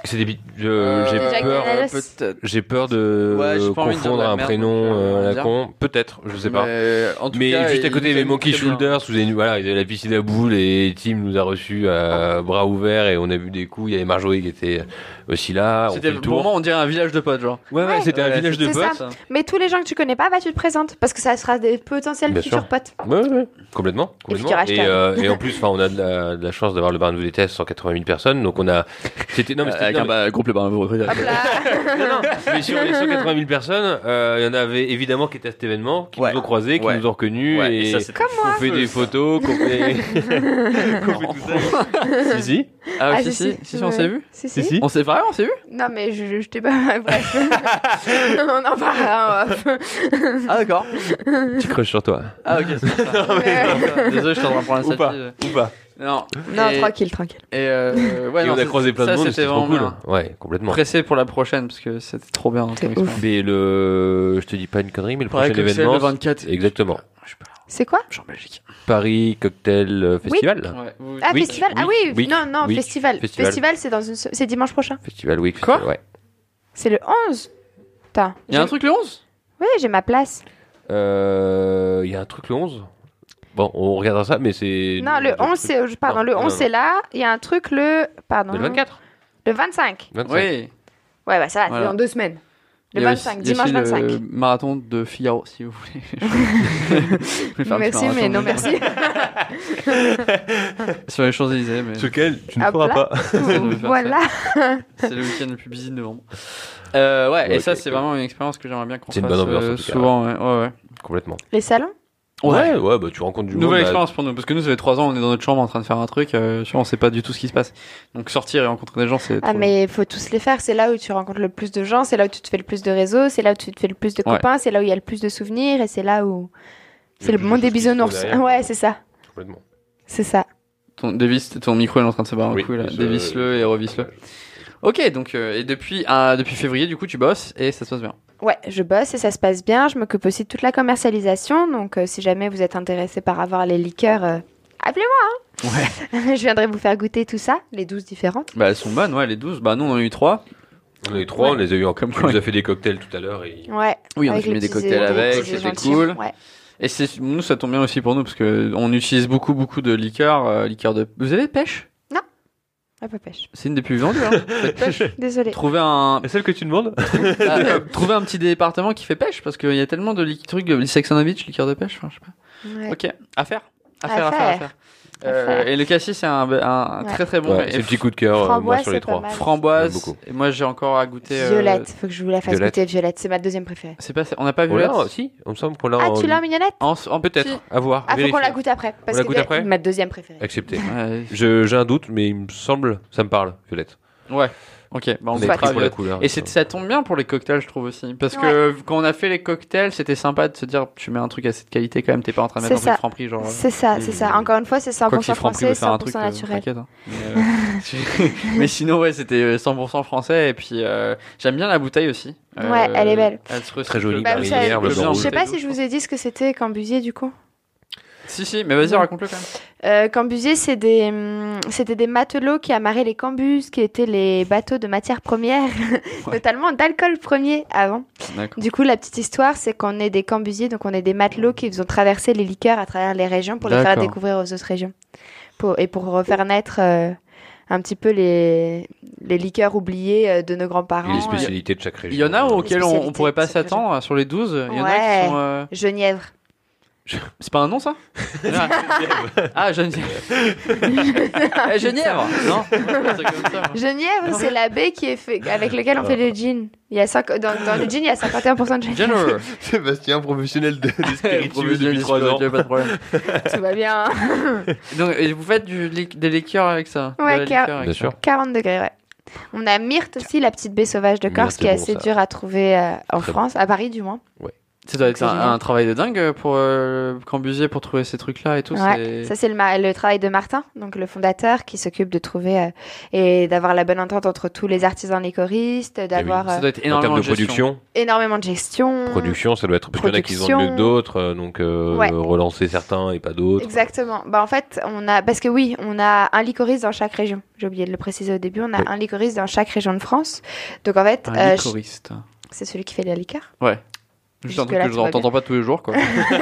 B: C'est des bi- je-
A: Euh,
B: j'ai
C: Jack
B: peur.
C: Daniels.
A: peut-être.
B: J'ai peur de
A: Ouais, j'ai pas envie de dire de
B: confondre
A: la
B: un
A: merde,
B: prénom
A: donc, euh,
B: euh, à la
A: dire.
B: con. Peut-être, je sais pas.
A: Mais, en tout
B: Mais
A: cas,
B: juste à
A: il
B: côté,
A: fait
B: les Monkey
A: très bien.
B: Shoulders, vous avez, voilà, il y avait la piscine à boules et Tim nous a reçus à bras ouverts et on a vu des coups. Il y avait Marjorie qui était aussi là. On
A: C'était
B: fait le
A: pour
B: tour.
A: moi, on dirait un village de potes, genre.
B: Ouais, ouais,
C: Ouais.
B: c'était un
A: Ouais,
B: village de
C: c'est
B: potes.
C: ça. Mais tous les gens que tu connais pas, bah tu te présentes parce que ça sera des potentiels
B: Bien
C: futurs
B: sûr.
C: potes.
B: Ouais, ouais, complètement, complètement.
C: futurs
B: Et,
C: acheteurs.
B: euh, et en plus, enfin, on a de la, de la chance d'avoir le bar de des tests, cent quatre-vingt mille personnes, donc on a. C'était non mais c'était
A: Avec
B: non,
A: un bah, groupe le bar.
C: Hop là.
B: Non, non, mais sur les cent quatre-vingt mille personnes, euh, il y en avait évidemment qui étaient à cet événement, qui
A: Ouais.
B: nous ont croisés, qui
A: Ouais.
B: nous ont reconnus,
A: Ouais,
B: et,
A: et ça, c'était
C: Comme moi.
B: qu'on fait des photos, qu'on fait... qu'on fait tout ça. Si, si.
A: Ah, ouais,
C: Ah,
A: si, si, si, si, on s'est vu.
C: Si,
B: Si,
C: si.
B: si.
A: On s'est vraiment, on s'est vu.
C: Non, mais je, je t'ai pas. Bref. On en parlera en off.
A: Ah, d'accord.
B: Tu crushes sur toi.
A: Ah, ok, c'est ça.
C: Ouais.
A: Désolé, je suis en train de prendre la
B: Ou pas.
A: selfie.
B: Ou pas.
A: Non.
C: Non,
A: et,
C: tranquille, tranquille.
A: Et, euh, ouais,
B: et
A: non,
B: on a
A: c'est-
B: croisé plein de
A: ça,
B: monde,
A: c'était
B: c'était trop
A: vraiment
B: cool.
A: bien.
B: Ouais, complètement.
A: Pressé pour la prochaine parce que c'était trop bien.
C: C'est
A: comme
C: ouf.
A: expérience.
B: Mais le... Je te dis pas une connerie, mais le
A: Pareil,
B: prochain
A: cocktail
B: événement...
A: le vingt-quatre.
B: Exactement.
A: Je suis pas là.
C: C'est quoi?
A: Je suis en Belgique.
B: Paris Cocktail euh, Festival.
A: Ouais. vous-
C: Ah,
B: Oui,
C: festival? Ah
B: oui,
C: oui,
B: oui,
C: non, non,
B: oui.
C: festival.
B: Festival.
C: Festival, c'est dans une... se- c'est dimanche prochain.
B: Festival, oui.
A: Quoi
B: festival, ouais.
C: C'est le onze. Putain.
A: Il y a un
C: j'ai-
A: truc le onze.
C: Oui, j'ai ma place.
B: Euh, Il y a un truc le onze. Bon, on regardera ça, mais c'est...
C: Non, le onze, c'est. Pardon,
B: Non,
C: le
B: non,
C: onze,
B: non.
C: c'est là. Il y a un truc le. Pardon.
B: Mais le vingt-quatre.
C: Le vingt-cinq.
B: vingt-cinq.
A: Oui.
C: Ouais, bah ça va,
A: Voilà.
C: c'est dans deux semaines. Le
A: Il y a
C: vingt-cinq,
A: aussi- il y a
C: dimanche
A: aussi
C: vingt-cinq.
A: le marathon de Figaro, si vous voulez. Je vais faire un petit
C: Merci, mais
A: marathon
C: non,
A: de-
C: merci.
A: Sur les Champs-Élysées, mais
B: Lequel tu
C: ne Hop pourras là.
B: pas.
A: faire
C: Voilà.
A: c'est le week-end le plus busy de novembre. Euh, ouais, et
B: Ok,
A: ça, c'est
B: ok.
A: vraiment une expérience que j'aimerais bien qu'on
B: C'est une
A: fasse
B: bonne ambiance, en
A: euh,
B: tout cas.
A: souvent. Ouais, ouais, ouais.
B: Complètement.
C: Les salons?
B: Ouais, ouais, bah tu rencontres du monde.
A: Nouvelle
B: bah,
A: expérience pour nous, parce que nous, ça fait trois ans, on est dans notre chambre en train de faire un truc, euh, tu vois, on sait pas du tout ce qui se passe. Donc sortir et rencontrer des gens, c'est
C: Ah,
A: trop
C: mais il faut tous les faire. C'est là où tu rencontres le plus de gens, c'est là où tu te fais le plus de réseaux, c'est là où tu te fais le plus de
A: Ouais.
C: copains, c'est là où il y a le plus de souvenirs et c'est là où.
B: Il y
C: C'est
B: a
C: le
B: plus de
C: monde des
B: choses qui se font
C: bisounours.
B: derrière.
C: Ouais, c'est ça.
B: Complètement.
C: C'est ça.
A: Ton, Davis, ton micro il est en train de se barrer un
B: Oui,
A: coup, là.
B: je-
A: Dévisse-le et revisse-le. Ok, donc, euh, et depuis, ah, depuis février, du coup, tu bosses et ça se passe bien.
C: Ouais, je bosse et ça se passe bien. Je m'occupe aussi de toute la commercialisation. Donc, euh, si jamais vous êtes intéressé par avoir les liqueurs, euh, appelez-moi.
A: Ouais.
C: Hein. Je viendrai vous faire goûter tout ça, les douze différentes.
A: Bah, elles sont bonnes, ouais, les douze. Bah, nous, on en a eu trois.
B: On a eu trois,
C: Ouais.
B: on les a eu en
A: Comme
B: Tu
A: quoi.
B: nous as fait des cocktails tout à l'heure. Et...
C: Ouais.
A: Oui, on a
C: avec
A: fait
C: les
A: des
C: petits-
A: cocktails
C: des
A: avec,
C: petits
A: c'était
C: échantillons.
A: cool.
C: Ouais.
A: Et c'est, nous, ça tombe bien aussi pour nous, parce que on utilise beaucoup, beaucoup de liqueurs, euh, liqueurs de. Vous avez pêche?
C: Un peu pêche.
A: C'est une des plus vendues, hein. Faites pêche.
C: Désolée.
A: Trouver un,
B: Celle que tu demandes
A: Ah, euh, trouver un petit département qui fait pêche, parce qu'il y a tellement de li- trucs, euh, Sex on the Beach, liqueur de pêche, enfin, je sais pas.
C: Ouais.
A: Ok, à faire. À
C: À
A: faire, à faire, à
C: faire.
A: faire.
C: À
A: Euh,
C: faire.
A: et le cassis, c'est un, un, un
C: Ouais.
A: très très bon.
B: Ouais,
A: Et
B: c'est le petit coup de cœur, euh, moi,
C: Framboise,
B: sur les
C: c'est pas
B: trois.
C: mal.
A: Framboise.
B: J'aime beaucoup.
A: Et moi, j'ai encore à goûter. euh,
C: Violette, faut que je vous la fasse
B: Violette.
C: goûter. Violette, c'est ma deuxième préférée.
A: C'est pas, on n'a pas
B: On
A: Violette.
B: l'a, si, on me semble qu'on l'a
C: Ah,
B: en...
C: tu l'as en mignonnette?
A: En, en
B: Peut-être,
A: petit.
B: à voir.
C: Ah, faut qu'on
B: vérifier.
C: la goûte après. Parce
B: la
C: que
B: goûte après
C: ma deuxième préférée.
B: Accepté.
A: Ouais.
B: Je- J'ai un doute, mais il me semble, ça me parle, Violette.
A: Ouais. Ok, bah on
B: On est
A: goûtera
B: pris pour la
A: Violette.
B: couleur.
A: Et c'est, ça tombe bien pour les cocktails, je trouve aussi. Parce que quand on a fait les cocktails, c'était sympa de se dire, tu mets un truc à cette qualité quand même, t'es pas en train de mettre
C: C'est
A: un
C: ça.
A: truc Franprix, genre.
C: C'est ça, c'est ça. Encore une fois, c'est cent
A: Quoi
C: pour
A: que
C: cent
A: si Franprix
C: français,
A: veut faire un
C: cent pour
A: truc,
C: cent
A: euh,
C: naturel.
A: t'inquiète. Hein. Mais, euh, mais sinon, ouais, c'était euh, cent pour cent français. Et puis, euh, j'aime bien la bouteille aussi. Euh,
C: Ouais, elle est belle.
A: Elle se recycle
B: Très jolie,
C: Bah, vous savez,
B: marinière, bleu,
A: je
B: blanc,
A: sais
B: rouge.
C: Je sais pas
A: Rouge.
C: si je vous ai dit ce que c'était Cambusier du coup.
A: Si, si, mais vas-y,
C: Ouais.
A: raconte-le quand même.
C: Euh, Cambusier, c'est des, hum, c'était des matelots qui amarraient les cambuses, qui étaient les bateaux de matières premières, notamment d'alcool premier avant.
A: D'accord.
C: Du coup, la petite histoire, c'est qu'on est des cambusiers, donc on est des matelots qui ont traversé les liqueurs à travers les régions pour les faire
A: D'accord.
C: découvrir aux autres régions. Pour, et pour refaire naître euh, un petit peu les, les liqueurs oubliées euh, de nos
B: Et
C: grands-parents.
B: les
C: euh,
B: spécialités de chaque région.
A: Il y en a auxquels on, on
C: spécialités
A: pourrait pas
C: de cette
A: s'attendre sur les douze. Il y en a
C: Ouais.
A: qui sont. euh,
C: Genièvre.
A: C'est pas un nom ça Ah, Geneviève. Eh, Genièvre Non C'est comme ça, moi.
C: Genièvre, c'est la baie qui est fait, avec lequel on fait le gin. Il y a cinq, dans, dans le gin, il y a cinquante et un pour cent de genièvre.
A: Jennifer.
B: Sébastien, professionnel de, des spiritueux
A: Professionnel
B: depuis trois ans.
A: spirituel, pas de problème.
C: Tout va bien.
A: Donc, et vous faites du, li- des liqueurs avec ça De
C: Ouais,
A: la
C: car-
A: liqueur avec
B: Bien
A: ça.
B: sûr.
C: quarante degrés, ouais. On a Myrte aussi, la petite baie sauvage de
B: Myrte,
C: Corse, qui est
B: c'est bon,
C: assez
B: ça.
C: dure à trouver euh, en
B: Très
C: France, à Paris du moins.
A: Ça doit
C: Donc,
A: être
C: c'est
A: un,
C: génial.
A: un travail de dingue pour euh, Cambusier pour trouver ces trucs-là et tout.
C: Ouais,
A: c'est...
C: ça c'est le, ma- le travail de Martin, donc le fondateur, qui s'occupe de trouver euh, et d'avoir la bonne entente entre tous les artisans licoristes, d'avoir
A: Ça
C: euh,
A: doit être
B: En termes
A: énormément
B: de
A: de gestion.
B: production,
C: énormément de gestion.
B: production, ça doit être parce qu'il y en a qui se vendent mieux que d'autres, euh, donc euh,
C: Ouais.
B: relancer certains et pas d'autres.
C: Exactement. Bah en fait, on a parce que oui, on a un licoriste dans chaque région. J'ai oublié de le préciser au début, on a
B: Oui.
C: un licoriste dans chaque région de France. Donc en fait,
A: Un
C: euh,
A: licoriste.
C: c'est celui qui fait la liqueur.
A: Ouais. Juste un truc
C: Jusque-là,
A: que
C: tout
A: je
C: va
A: n'entends pas tous les jours, quoi.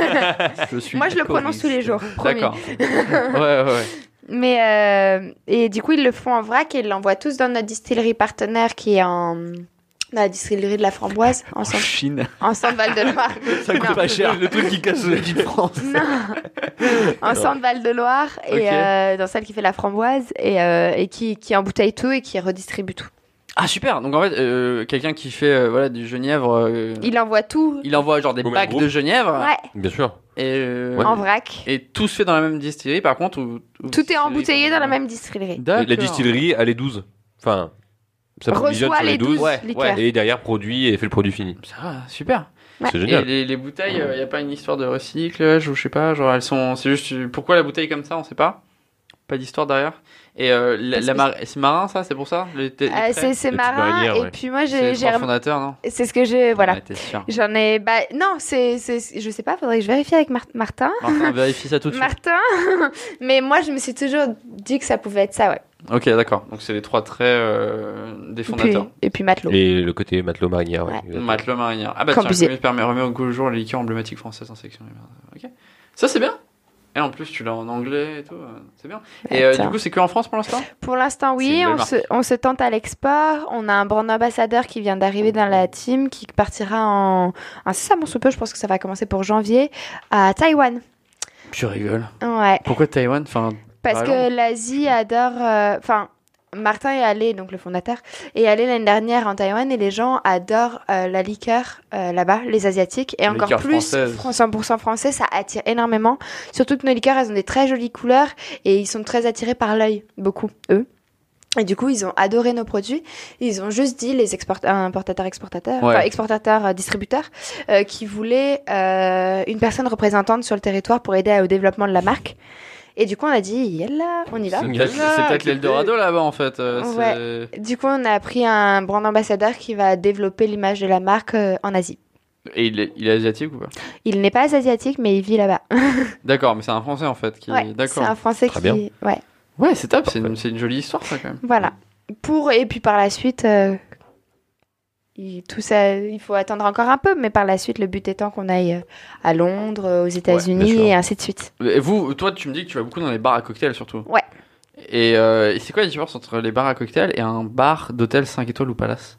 A: je suis
C: Moi, je le prononce tous les jours. promis.
A: D'accord. ouais, ouais, ouais.
C: Mais euh, et du coup, ils le font en vrac et ils l'envoient tous dans notre distillerie partenaire qui est en dans la distillerie de la Framboise en,
A: En
C: centre,
A: Chine.
C: en centre Val de Loire.
A: Ça coûte
C: Non.
A: pas cher. Le truc qui casse le de France.
C: Non, en centre Val de Loire et
A: Ok.
C: euh, dans celle qui fait la Framboise et, euh, et qui qui embouteille tout et qui redistribue tout.
A: Ah, super. Donc, en fait, euh, quelqu'un qui fait euh, voilà, du genièvre, euh,
C: Il envoie tout.
A: il envoie genre des
B: Au même
A: bacs
B: groupe.
A: de genièvre.
C: Ouais,
B: Bien sûr.
A: Et, euh,
B: Ouais.
C: en vrac.
A: et tout se fait dans la même distillerie, par contre. Ou, ou
C: Tout est
A: distillerie,
C: embouteillé
A: quoi.
C: dans la même distillerie.
A: D'accord.
B: La distillerie, elle est douze. Enfin, ça provisionne
C: Reçoit
B: sur les
C: les
B: douze.
C: douze
A: Ouais,
C: liqueurs.
B: Et derrière, produit et fait le produit fini.
A: Ça va, super.
C: Ouais.
B: C'est
A: Et
B: génial.
A: les, les bouteilles, il n'y a pas une histoire de recyclage ou je sais pas, genre elles sont. C'est juste. euh, Pourquoi la bouteille comme ça, on sait pas. Pas d'histoire derrière. Et euh, la,
C: Parce
A: la
C: que
A: mar- c'est marin, ça, c'est pour ça les, les
C: Euh,
A: traits
C: c'est c'est
B: Les petites
C: marin
B: marinières,
C: et
B: ouais.
C: puis moi
A: C'est
C: j'ai
A: les
C: j'ai
A: trois
C: rem-
A: fondateurs, non
C: c'est ce que j'ai voilà.
A: Ouais, t'es sûr.
C: J'en ai bah non, c'est c'est je sais pas, faudrait que je vérifie avec Mar- Martin.
A: Martin, vérifie ça tout de suite.
C: Martin. Mais moi je me suis toujours dit que ça pouvait être ça, ouais.
A: Ok, d'accord. Donc c'est les trois traits euh, des
C: Et puis,
A: fondateurs.
C: et puis matelot.
B: Et le côté matelot marinière, ouais.
C: Ouais.
B: exactement.
A: Matelot marinière. Ah bah
C: Corbusier.
A: tiens, permet remet au jour les liqueurs emblématiques françaises en section. Ok. Ça c'est bien. Et en plus tu l'as en anglais et tout, euh, c'est bien. Et euh,
C: Attends.
A: du coup c'est que en France pour l'instant.
C: Pour l'instant,
A: C'est
C: oui,
A: une belle
C: on se, on se tente à l'export. On a un brand ambassadeur qui vient d'arriver dans la team, qui partira en incessamment sous peu. Je pense que ça va commencer pour janvier à Taïwan.
A: Tu rigoles.
C: Ouais,
A: Pourquoi Taïwan Enfin.
C: parce
A: Par
C: que l'Asie adore. euh, Enfin, Martin est allé, donc le fondateur, est allé l'année dernière en Taïwan et les gens adorent euh, la liqueur euh, là-bas, les asiatiques, et
A: Les
C: encore
A: liqueurs
C: plus
A: françaises.
C: fran- cent pour cent français, ça attire énormément. Surtout que nos liqueurs, elles ont des très jolies couleurs et ils sont très attirés par l'œil, beaucoup eux. Et du coup, ils ont adoré nos produits. Ils ont juste dit, les export- importateurs, exportateurs,
A: Ouais.
C: enfin exportateurs, euh, distributeurs, euh, qui voulaient euh, une personne représentante sur le territoire pour aider au développement de la marque. Et du coup, on a dit, yalla, on y va.
A: C'est peut-être c'est peut-être l'Eldorado là-bas en fait. euh, c'est-
C: Du coup, on a pris un brand ambassadeur qui va développer l'image de la marque euh, en Asie.
A: Et il est, il est asiatique ou pas
C: Il n'est pas asiatique, mais il vit là-bas.
A: D'accord, mais c'est un Français en fait qui.
C: Ouais, c'est
A: D'accord.
C: un Français
B: Très
C: qui...
B: bien.
C: Ouais,
A: Ouais, c'est top. C'est une, c'est une jolie histoire ça quand même.
C: voilà. Pour... Et puis par la suite, euh, il... Tout ça, il faut attendre encore un peu, mais par la suite, le but étant qu'on aille euh, à Londres, euh, aux États-Unis
B: bien sûr.
C: et ainsi de suite.
A: Et vous, toi, tu me dis que tu vas beaucoup dans les bars à cocktails surtout.
C: Ouais.
A: Et, euh, et c'est quoi la différence entre les bars à cocktails et un bar d'hôtel cinq étoiles ou palace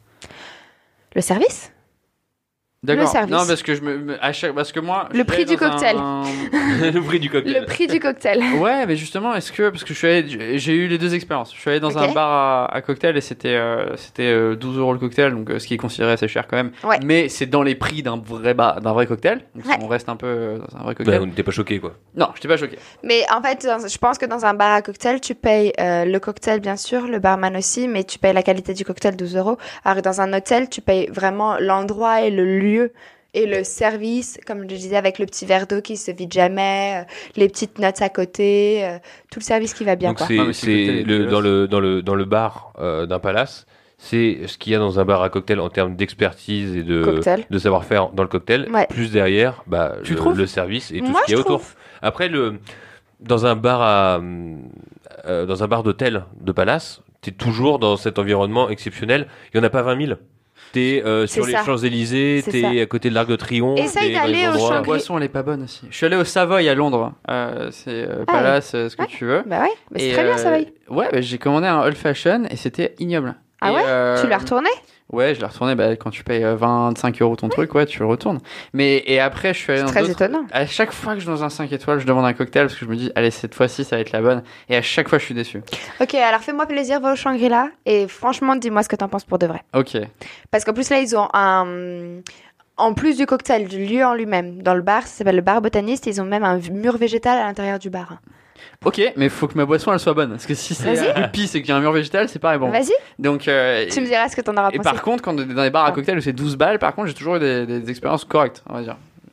C: Le service
A: D'accord.
C: service.
A: Non, parce que je me, me- à chaque, parce que moi.
C: Le
A: je
C: prix
A: suis allé
C: du
A: dans
C: cocktail.
A: un-
B: Le prix du cocktail.
C: Le prix du cocktail.
A: Ouais, mais justement, est-ce que parce que je suis allé, j'ai eu les deux expériences. Je suis allé dans
C: Ok.
A: un bar à, à cocktail et c'était euh, c'était euh, douze euros le cocktail, donc euh, ce qui est considéré assez cher quand même.
C: Ouais.
A: Mais c'est dans les prix d'un vrai bar, d'un vrai cocktail. Donc
C: Ouais.
A: on reste un peu euh, dans un vrai
B: Bah,
A: cocktail.
B: on n'était pas choqué, quoi.
A: Non, je t'ai pas choqué.
C: Mais en fait, dans- je pense que dans un bar à cocktail, tu payes euh, le cocktail, bien sûr, le barman aussi, mais tu payes la qualité du cocktail douze euros. Alors que dans un hôtel, tu payes vraiment l'endroit et le lieu et le service, comme je disais, avec le petit verre d'eau qui se vide jamais, euh, les petites notes à côté, euh, tout le service qui va bien,
B: Donc
C: quoi.
B: c'est
A: Ah, mais c'est
B: c'est
A: cocktail,
B: le,
A: c'est
B: dans le dans le dans le bar euh, d'un palace, c'est ce qu'il y a dans un bar à cocktail en termes d'expertise et de
C: Cocktail.
B: de savoir-faire dans le cocktail.
C: Ouais.
B: Plus derrière, bah
A: Tu
B: le,
A: trouves
B: le service et tout
C: Moi,
B: ce qu'il y a
C: je
B: autour.
C: trouve.
B: Après le dans un bar à euh, dans un bar d'hôtel de palace, t'es toujours dans cet environnement exceptionnel. Il y en a pas vingt mille. T'es euh, sur
C: C'est
B: les
C: ça.
B: Champs-Élysées,
C: C'est
B: t'es
C: ça.
B: à côté de l'Arc de Triomphe.
C: Essaye
B: t'es dans
C: d'aller
B: les
C: au
B: endroits-
A: La
C: Shangri-
A: boisson, elle est pas bonne aussi. Je suis allé au Savoy à Londres. Euh, c'est euh,
C: Ah,
A: Palace, euh, ce que
C: ouais.
A: tu veux.
C: Bah ouais, mais c'est
A: Et,
C: très bien,
A: euh,
C: ça va.
A: Ouais, bah, j'ai commandé un old fashion et c'était ignoble.
C: Ah
A: Et,
C: ouais
A: euh,
C: Tu l'as retourné
A: Ouais, je l'ai retourné. Bah, quand tu payes euh, vingt-cinq euros ton truc, ouais, tu le retournes. Mais et après, je suis allé
C: C'est
A: dans
C: très
A: d'autres-
C: étonnant.
A: À chaque fois que je suis dans un cinq étoiles, je demande un cocktail parce que je me dis, allez, cette fois-ci, ça va être la bonne. Et à chaque fois, je suis déçu.
C: Ok, alors fais-moi plaisir, va au Shangri-La et franchement, dis-moi ce que t'en penses pour de vrai.
A: Ok.
C: Parce qu'en plus, là, ils ont un. En plus du cocktail, du lieu en lui-même, dans le bar, ça s'appelle le bar botaniste, ils ont même un mur végétal à l'intérieur du bar.
A: Ok, mais faut que ma boisson elle soit bonne. Parce que si c'est
C: Vas-y.
A: du pis et qu'il y a un mur végétal, c'est pareil. Bon.
C: Vas-y,
A: Donc. euh,
C: tu me diras ce que t'en auras
A: Et
C: pensé.
A: par contre, quand on est dans les bars à cocktails où c'est douze balles, par contre, j'ai toujours eu des, des expériences correctes, on va dire.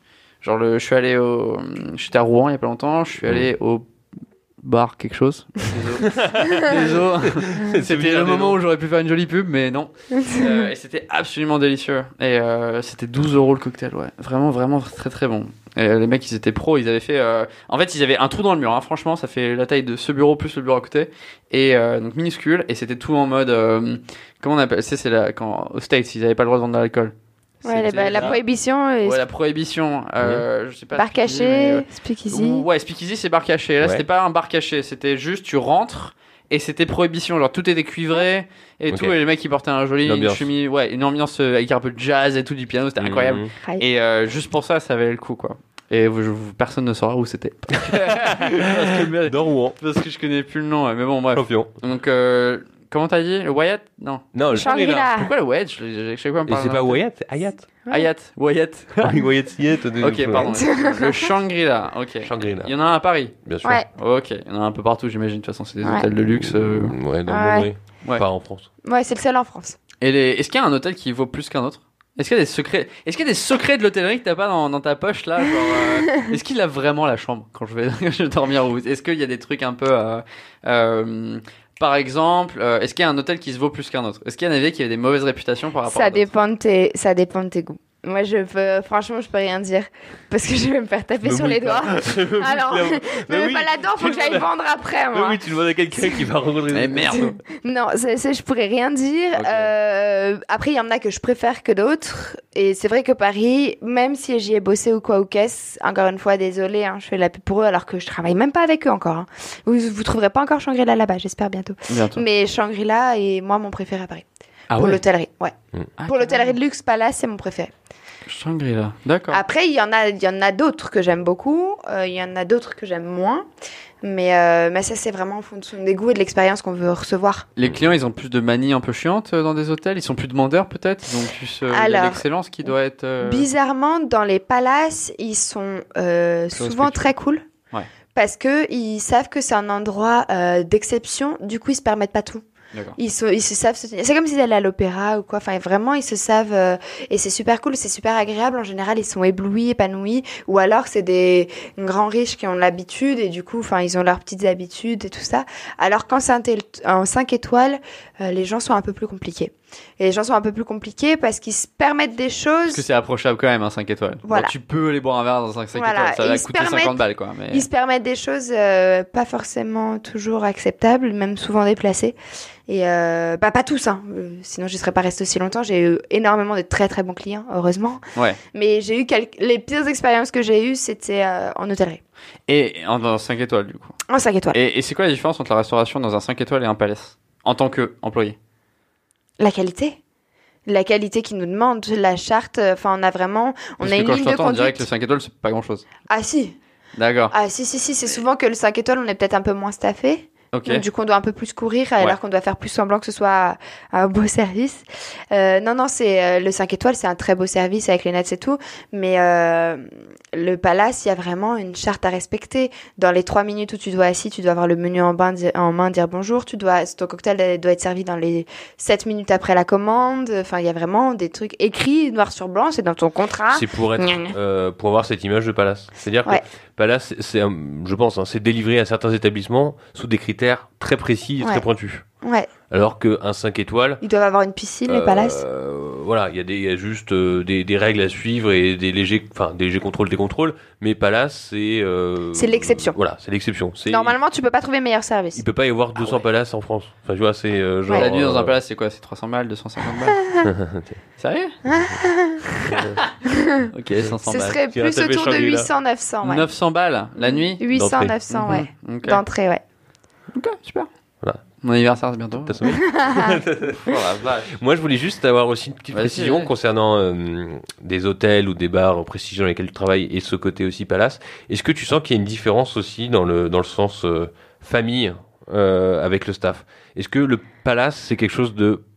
A: Genre, le, je suis allé au, j'étais à Rouen il y a pas longtemps. Je suis allé au bar quelque chose. Désolé. C'était le moment où j'aurais pu faire une jolie pub, mais non. Euh, et c'était absolument délicieux. Et euh, c'était douze euros le cocktail, ouais. Vraiment, vraiment très très bon. Et les mecs, ils étaient pros. Ils avaient fait. Euh... En fait, ils avaient un trou dans le mur. Hein. Franchement, ça fait la taille de ce bureau plus le bureau à côté. Et euh, donc minuscule. Et c'était tout en mode. Euh... Comment on appelle ça? C'est la... quand aux States, ils n'avaient pas le droit de vendre de l'alcool.
C: Ouais, la, bah, la prohibition. Et...
A: Ouais, la prohibition. Euh, je sais pas.
C: Bar caché, mais, ouais. Speakeasy.
A: Ouais, speakeasy, c'est bar caché. Là, ouais. C'était pas un bar caché. C'était juste, tu rentres et c'était prohibition. Genre, tout était cuivré et okay. tout. Et les mecs, ils portaient un joli une chemise. Ouais, une ambiance avec un peu de jazz et tout, du piano. C'était mmh. incroyable. Et euh, juste pour ça, ça valait le coup, quoi. Et vous, vous, personne ne saura où c'était. parce que,
B: Dans Rouen.
A: Parce que je connais plus le nom. Mais bon, bref.
B: Champion.
A: Donc, euh, comment t'as dit? Le Wyatt? Non.
B: Non, le
C: Shangri-La.
A: Pourquoi le Wyatt? Je, je, je sais quoi me
B: parler. Et c'est pas Wyatt, c'est Hayat.
A: Ouais. Hayat. Wyatt.
B: Wyatt Siet.
A: Ok, pardon. Le Shangri-La. Ok.
B: Shangri-La.
A: Il y en a un à Paris.
B: Bien sûr.
C: Ouais.
A: Ok. Il y en a un peu partout, j'imagine. De toute façon, c'est des
C: ouais.
A: hôtels de luxe. Euh...
B: Ouais, dans
C: ouais.
B: le monde,
A: ouais.
B: Pas en France.
C: Ouais, c'est le seul en France.
A: Et les... Est-ce qu'il y a un hôtel qui vaut plus qu'un autre? Est-ce qu'il y a des secrets? Est-ce qu'il y a des secrets de l'hôtellerie que t'as pas dans, dans ta poche là? Genre, euh... Est-ce qu'il a vraiment la chambre quand je vais, je vais dormir? Ou est-ce qu'il y a des trucs un peu, euh... Euh... par exemple, euh, est-ce qu'il y a un hôtel qui se vaut plus qu'un autre? Est-ce qu'il y en avait qui avaient des mauvaises réputations par rapport
C: ça
A: à
C: dépend de tes, ça dépend de tes goûts. Moi, je peux, franchement, je peux rien dire parce que je vais me faire taper
B: me
C: sur les
B: pas.
C: doigts. Alors, ne mets
B: oui.
C: pas là-dedans, faut que j'aille vendre après, moi.
B: Oui, tu demandes à quelqu'un qui va rencontrer.
A: Mais merde.
C: Non, c'est, c'est, je pourrais rien dire. Okay. Euh, après, il y en a que je préfère que d'autres. Et c'est vrai que Paris, même si j'y ai bossé ou quoi ou qu'est-ce, encore une fois, désolé, hein, je fais la pub pour eux alors que je travaille même pas avec eux encore. Hein. Vous, vous trouverez pas encore Shangri-La là-bas, j'espère bientôt.
A: Bientôt.
C: Mais Shangri-La est moi mon préféré à Paris.
A: Ah
C: pour
A: ouais.
C: l'hôtellerie, ouais.
A: Ah,
C: pour l'hôtellerie de luxe, Palace, c'est mon préféré.
A: Shangri-La, d'accord.
C: Après, il y en a, il y en a d'autres que j'aime beaucoup. Euh, il y en a d'autres que j'aime moins. Mais, euh, mais ça, c'est vraiment en fonction des goûts et de l'expérience qu'on veut recevoir.
A: Les clients, ils ont plus de manies un peu chiantes dans des hôtels? Ils sont plus demandeurs, peut-être? Ils ont plus euh, Alors, l'excellence qui doit être... Euh...
C: Bizarrement, dans les palaces, ils sont euh, souvent très cool.
A: Ouais.
C: Parce qu'ils savent que c'est un endroit euh, d'exception. Du coup, ils se permettent pas tout.
A: D'accord.
C: Ils se, ils se savent se tenir. C'est comme s'ils allaient à l'opéra ou quoi. Enfin, vraiment, ils se savent. Euh, et c'est super cool, c'est super agréable. En général, ils sont éblouis, épanouis. Ou alors, c'est des grands riches qui ont l'habitude et du coup, enfin, ils ont leurs petites habitudes et tout ça. Alors, quand c'est un tel, en cinq étoiles, euh, les gens sont un peu plus compliqués. Et les gens sont un peu plus compliqués parce qu'ils se permettent des choses.
A: Parce que c'est approchable quand même, un cinq étoiles.
C: Voilà.
A: Bon, tu peux aller boire un verre dans un cinq
C: voilà.
A: étoiles. Ça va coûter cinquante balles, quoi. Mais...
C: Ils se permettent des choses euh, pas forcément toujours acceptables, même souvent déplacées. Et euh, bah, pas tous, hein. Euh, sinon j'y serais pas restée aussi longtemps. J'ai eu énormément de très très bons clients, heureusement.
A: Ouais.
C: Mais j'ai eu quelques... les pires expériences que j'ai eues, c'était euh, en hôtellerie.
A: Et en, en cinq étoiles, du coup.
C: En cinq étoiles.
A: Et, et c'est quoi la différence entre la restauration dans un cinq étoiles et un palace en tant qu'employé?
C: La qualité. La qualité qu'ils nous demandent, la charte, enfin on a vraiment, on
A: Parce
C: a
A: que
C: une
A: quand
C: ligne
A: je
C: de
A: t'entends, on
C: conduite.
A: dirait que le cinq étoiles c'est pas grand chose.
C: Ah si.
A: D'accord.
C: Ah si si si, c'est souvent que le cinq étoiles on est peut-être un peu moins staffé.
A: Okay.
C: Donc, du coup, on doit un peu plus courir, alors
A: ouais.
C: qu'on doit faire plus semblant que ce soit un beau service. Euh, non, non, c'est euh, le cinq étoiles, c'est un très beau service avec les nets et tout. Mais euh, le palace, il y a vraiment une charte à respecter. Dans les trois minutes où tu dois assis, tu dois avoir le menu en, bain, en main, dire bonjour. Tu dois, ton cocktail doit être servi dans les sept minutes après la commande. Enfin, il y a vraiment des trucs écrits noir sur blanc. C'est dans ton contrat.
B: C'est pour être, euh, pour avoir cette image de palace. C'est-à-dire ouais. que palace, c'est, un, je pense, hein, c'est délivré à certains établissements sous des critères très précis et ouais. très pointus.
C: Ouais.
B: Alors qu'un cinq étoiles...
C: Ils doivent avoir une piscine,
B: euh,
C: les palaces.
B: Voilà, il y a, des, y a juste euh, des, des règles à suivre et des légers, enfin, des légers contrôles, des contrôles. Mais palace, c'est... Euh,
C: c'est l'exception.
B: Voilà, c'est l'exception. C'est,
C: Normalement, tu peux pas trouver meilleur service.
B: Il peut pas y avoir deux cents ah ouais. palaces en France. Enfin, tu vois, c'est euh, genre...
A: Ouais. La nuit dans un
B: euh...
A: palace, c'est quoi? C'est trois cents balles, deux cent cinquante balles? Sérieux? Ok, cinq cents
C: Ce
A: balles.
C: serait plus autour de huit cents neuf cents, ouais.
A: neuf cents balles, la nuit?
C: huit cents neuf cents, ouais.
A: Mmh. Okay.
C: D'entrée, ouais.
A: Ok, super.
B: Voilà.
A: Mon anniversaire, c'est bientôt.
B: T'as sauvé. Oh la vache. Moi, je voulais juste avoir aussi une petite
A: Vas-y,
B: précision
A: vas-y.
B: concernant euh, des hôtels ou des bars prestigieux dans lesquels tu travailles et ce côté aussi palace. Est-ce que tu sens qu'il y a une différence aussi dans le, dans le sens euh, famille euh, avec le staff? Est-ce que le palace, c'est quelque chose de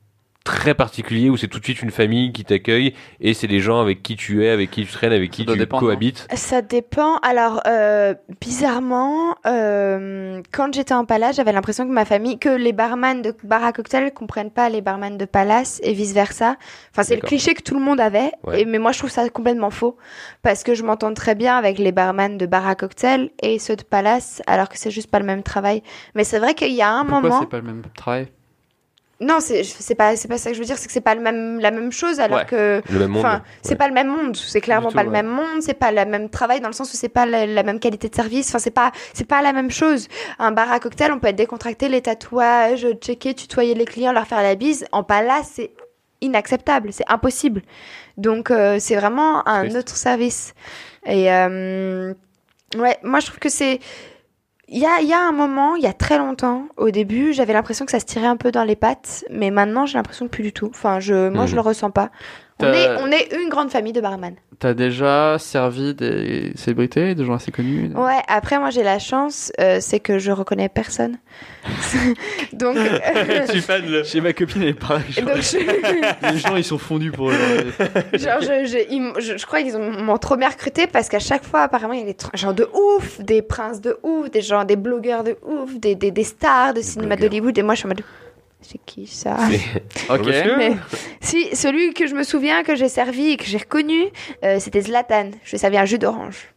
B: très particulier où c'est tout de suite une famille qui t'accueille et c'est les gens avec qui tu es, avec qui tu traînes, avec qui
A: Ça doit
B: tu
A: dépendre,
B: cohabites.
C: Ça dépend. Alors, euh, bizarrement, euh, quand j'étais en palace, j'avais l'impression que ma famille, que les barman de bar à cocktail comprennent pas les barman de palace et vice versa. Enfin, c'est le
B: D'accord.
C: cliché que tout le monde avait.
B: Ouais.
C: Et, mais moi, je trouve ça complètement faux parce que je m'entends très bien avec les barman de bar à cocktail et ceux de palace, alors que c'est juste pas le même travail. Mais c'est vrai qu'il y a un
A: Pourquoi
C: moment.
A: c'est pas le même travail?
C: Non, c'est c'est pas c'est pas ça que je veux dire, c'est que c'est pas le même la même chose alors
A: Ouais.
C: que
B: Le même monde.
C: enfin, c'est
B: Ouais.
C: pas le même monde, c'est clairement
A: Du tout,
C: pas le
A: ouais.
C: même monde, c'est pas le même travail dans le sens où c'est pas la, la même qualité de service, enfin c'est pas c'est pas la même chose. Un bar à cocktail, on peut être décontracté, les tatouages, checker, tutoyer les clients, leur faire la bise. En palace, c'est inacceptable, c'est impossible. Donc euh, c'est vraiment un
B: Triste.
C: autre service. Et euh, ouais, moi je trouve que c'est il y a, il y a un moment, il y a très longtemps, au début, j'avais l'impression que ça se tirait un peu dans les pattes, mais maintenant j'ai l'impression que plus du tout. Enfin, je, moi,
B: Mhm.
C: je le ressens pas. On
A: T'as-
C: est, on est une grande famille de barman.
A: T'as déjà servi des célébrités, des gens assez connus?
C: Ouais, après, moi, j'ai la chance, euh, c'est que je reconnais personne. Donc, euh,
B: Je suis fan de...
A: Chez ma copine, elle est pareil. Genre,
C: donc je,
A: les gens, ils sont fondus pour eux.
C: genre, je, je, ils m- je, je crois qu'ils ont- m'ont trop bien recruté parce qu'à chaque fois, apparemment, il y a des tr- gens de ouf, des princes de ouf, des gens, des blogueurs de ouf, des, des, des stars de cinéma
B: blogueurs.
C: d'Hollywood. Et moi, je suis en mode, c'est qui ça?
A: Ok.
B: Monsieur
C: Mais si, celui que je me souviens que j'ai servi et que j'ai reconnu, euh, c'était Zlatan. Je lui ai servi un jus d'orange.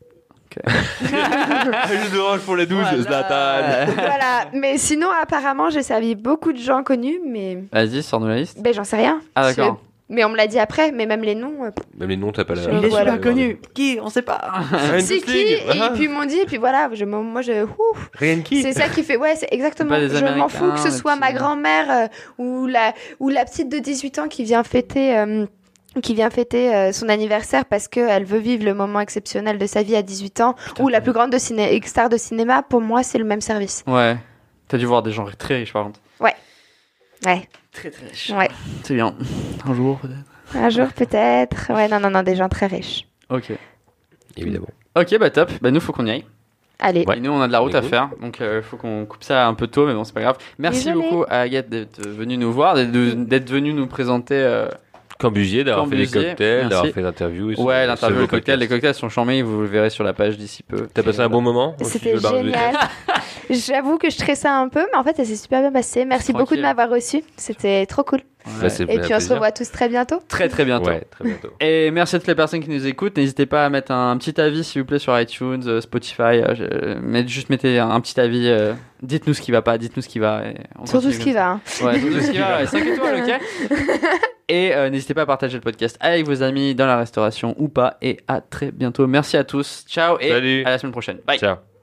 B: Juste d'orange pour la douche,
A: Voilà.
B: Zlatan.
C: Voilà. Mais sinon, apparemment, j'ai servi beaucoup de gens connus, mais
A: Vas-y, sors-nous la liste.
C: ben j'en sais rien.
A: Ah, d'accord.
C: C'est- Mais on me l'a dit après, mais même les noms. euh,
B: Même les noms, t'as pas la...
C: Je- Il est voilà.
A: super connu. Qui? On sait pas.
B: Ryan
C: C'est qui?
B: Gosling.
C: Et
B: Ah.
C: puis ils m'ont dit, et puis voilà, je, moi je. ouf.
B: Ryan qui
C: C'est ça qui fait. Ouais, c'est exactement.
A: Pas des
C: Je m'en fous que ce
A: Américains,
C: soit
A: des
C: ma
A: petits-
C: grand-mère euh, ou, la, ou la petite de dix-huit ans qui vient fêter. euh, qui vient fêter euh, son anniversaire parce qu'elle veut vivre le moment exceptionnel de sa vie à dix-huit ans, ou la plus grande de ciné- star de cinéma, pour moi, c'est le même service.
A: Ouais. T'as dû voir des gens très riches, par contre.
C: Ouais.
A: Très, très riches.
C: Ouais.
A: C'est bien. Un jour, peut-être.
C: Un jour, peut-être. Ouais, non, non, non, des gens très riches.
A: Ok.
B: Évidemment.
A: Ok, bah top. Bah nous, faut qu'on y aille.
C: Allez.
B: Ouais.
A: Et nous, on a de la route à
B: Écoute.
A: faire. Donc, il faut qu'on coupe ça un peu tôt, mais bon, c'est pas grave. Merci
C: Désolée.
A: beaucoup à Agathe d'être venue nous voir, d'être, d'être venue nous présenter. euh,
B: Cambusier, d'avoir fait des
A: Cambusier,
B: cocktails,
A: merci.
B: d'avoir fait l'interview. et ce-
A: Ouais,
B: ce
A: l'interview,
B: beau
A: les cocktails.
B: podcast.
A: Les cocktails sont charmés, vous le verrez sur la page d'ici peu.
B: T'as passé un bon moment au
C: C'était
B: studio Barbecue
C: génial. J'avoue que je stressais un peu, mais en fait, ça s'est super bien passé. Merci beaucoup de
A: Tranquille.
C: m'avoir reçu. C'était trop cool.
A: Ouais.
B: Bah, c'est
C: Et puis, on se
B: plaisir.
C: revoit tous très bientôt.
A: Très, très bientôt.
B: Ouais, très bientôt.
A: Et merci à toutes les personnes qui nous écoutent. N'hésitez pas à mettre un petit avis, s'il vous plaît, sur iTunes, euh, Spotify. euh, je- mais juste mettez un, un petit avis. euh, dites-nous ce qui va pas, dites-nous ce qui va. Et on
C: Surtout
A: continue
C: ce
A: comme
C: qui
A: ça.
C: va. hein.
A: Ouais, surtout ce qui va. Ouais, cinq étoiles, ok. Et euh, n'hésitez pas à partager le podcast avec vos amis dans la restauration ou pas. Et à très bientôt. Merci à tous. Ciao et
B: Salut.
A: à la semaine prochaine. Bye.
B: Ciao.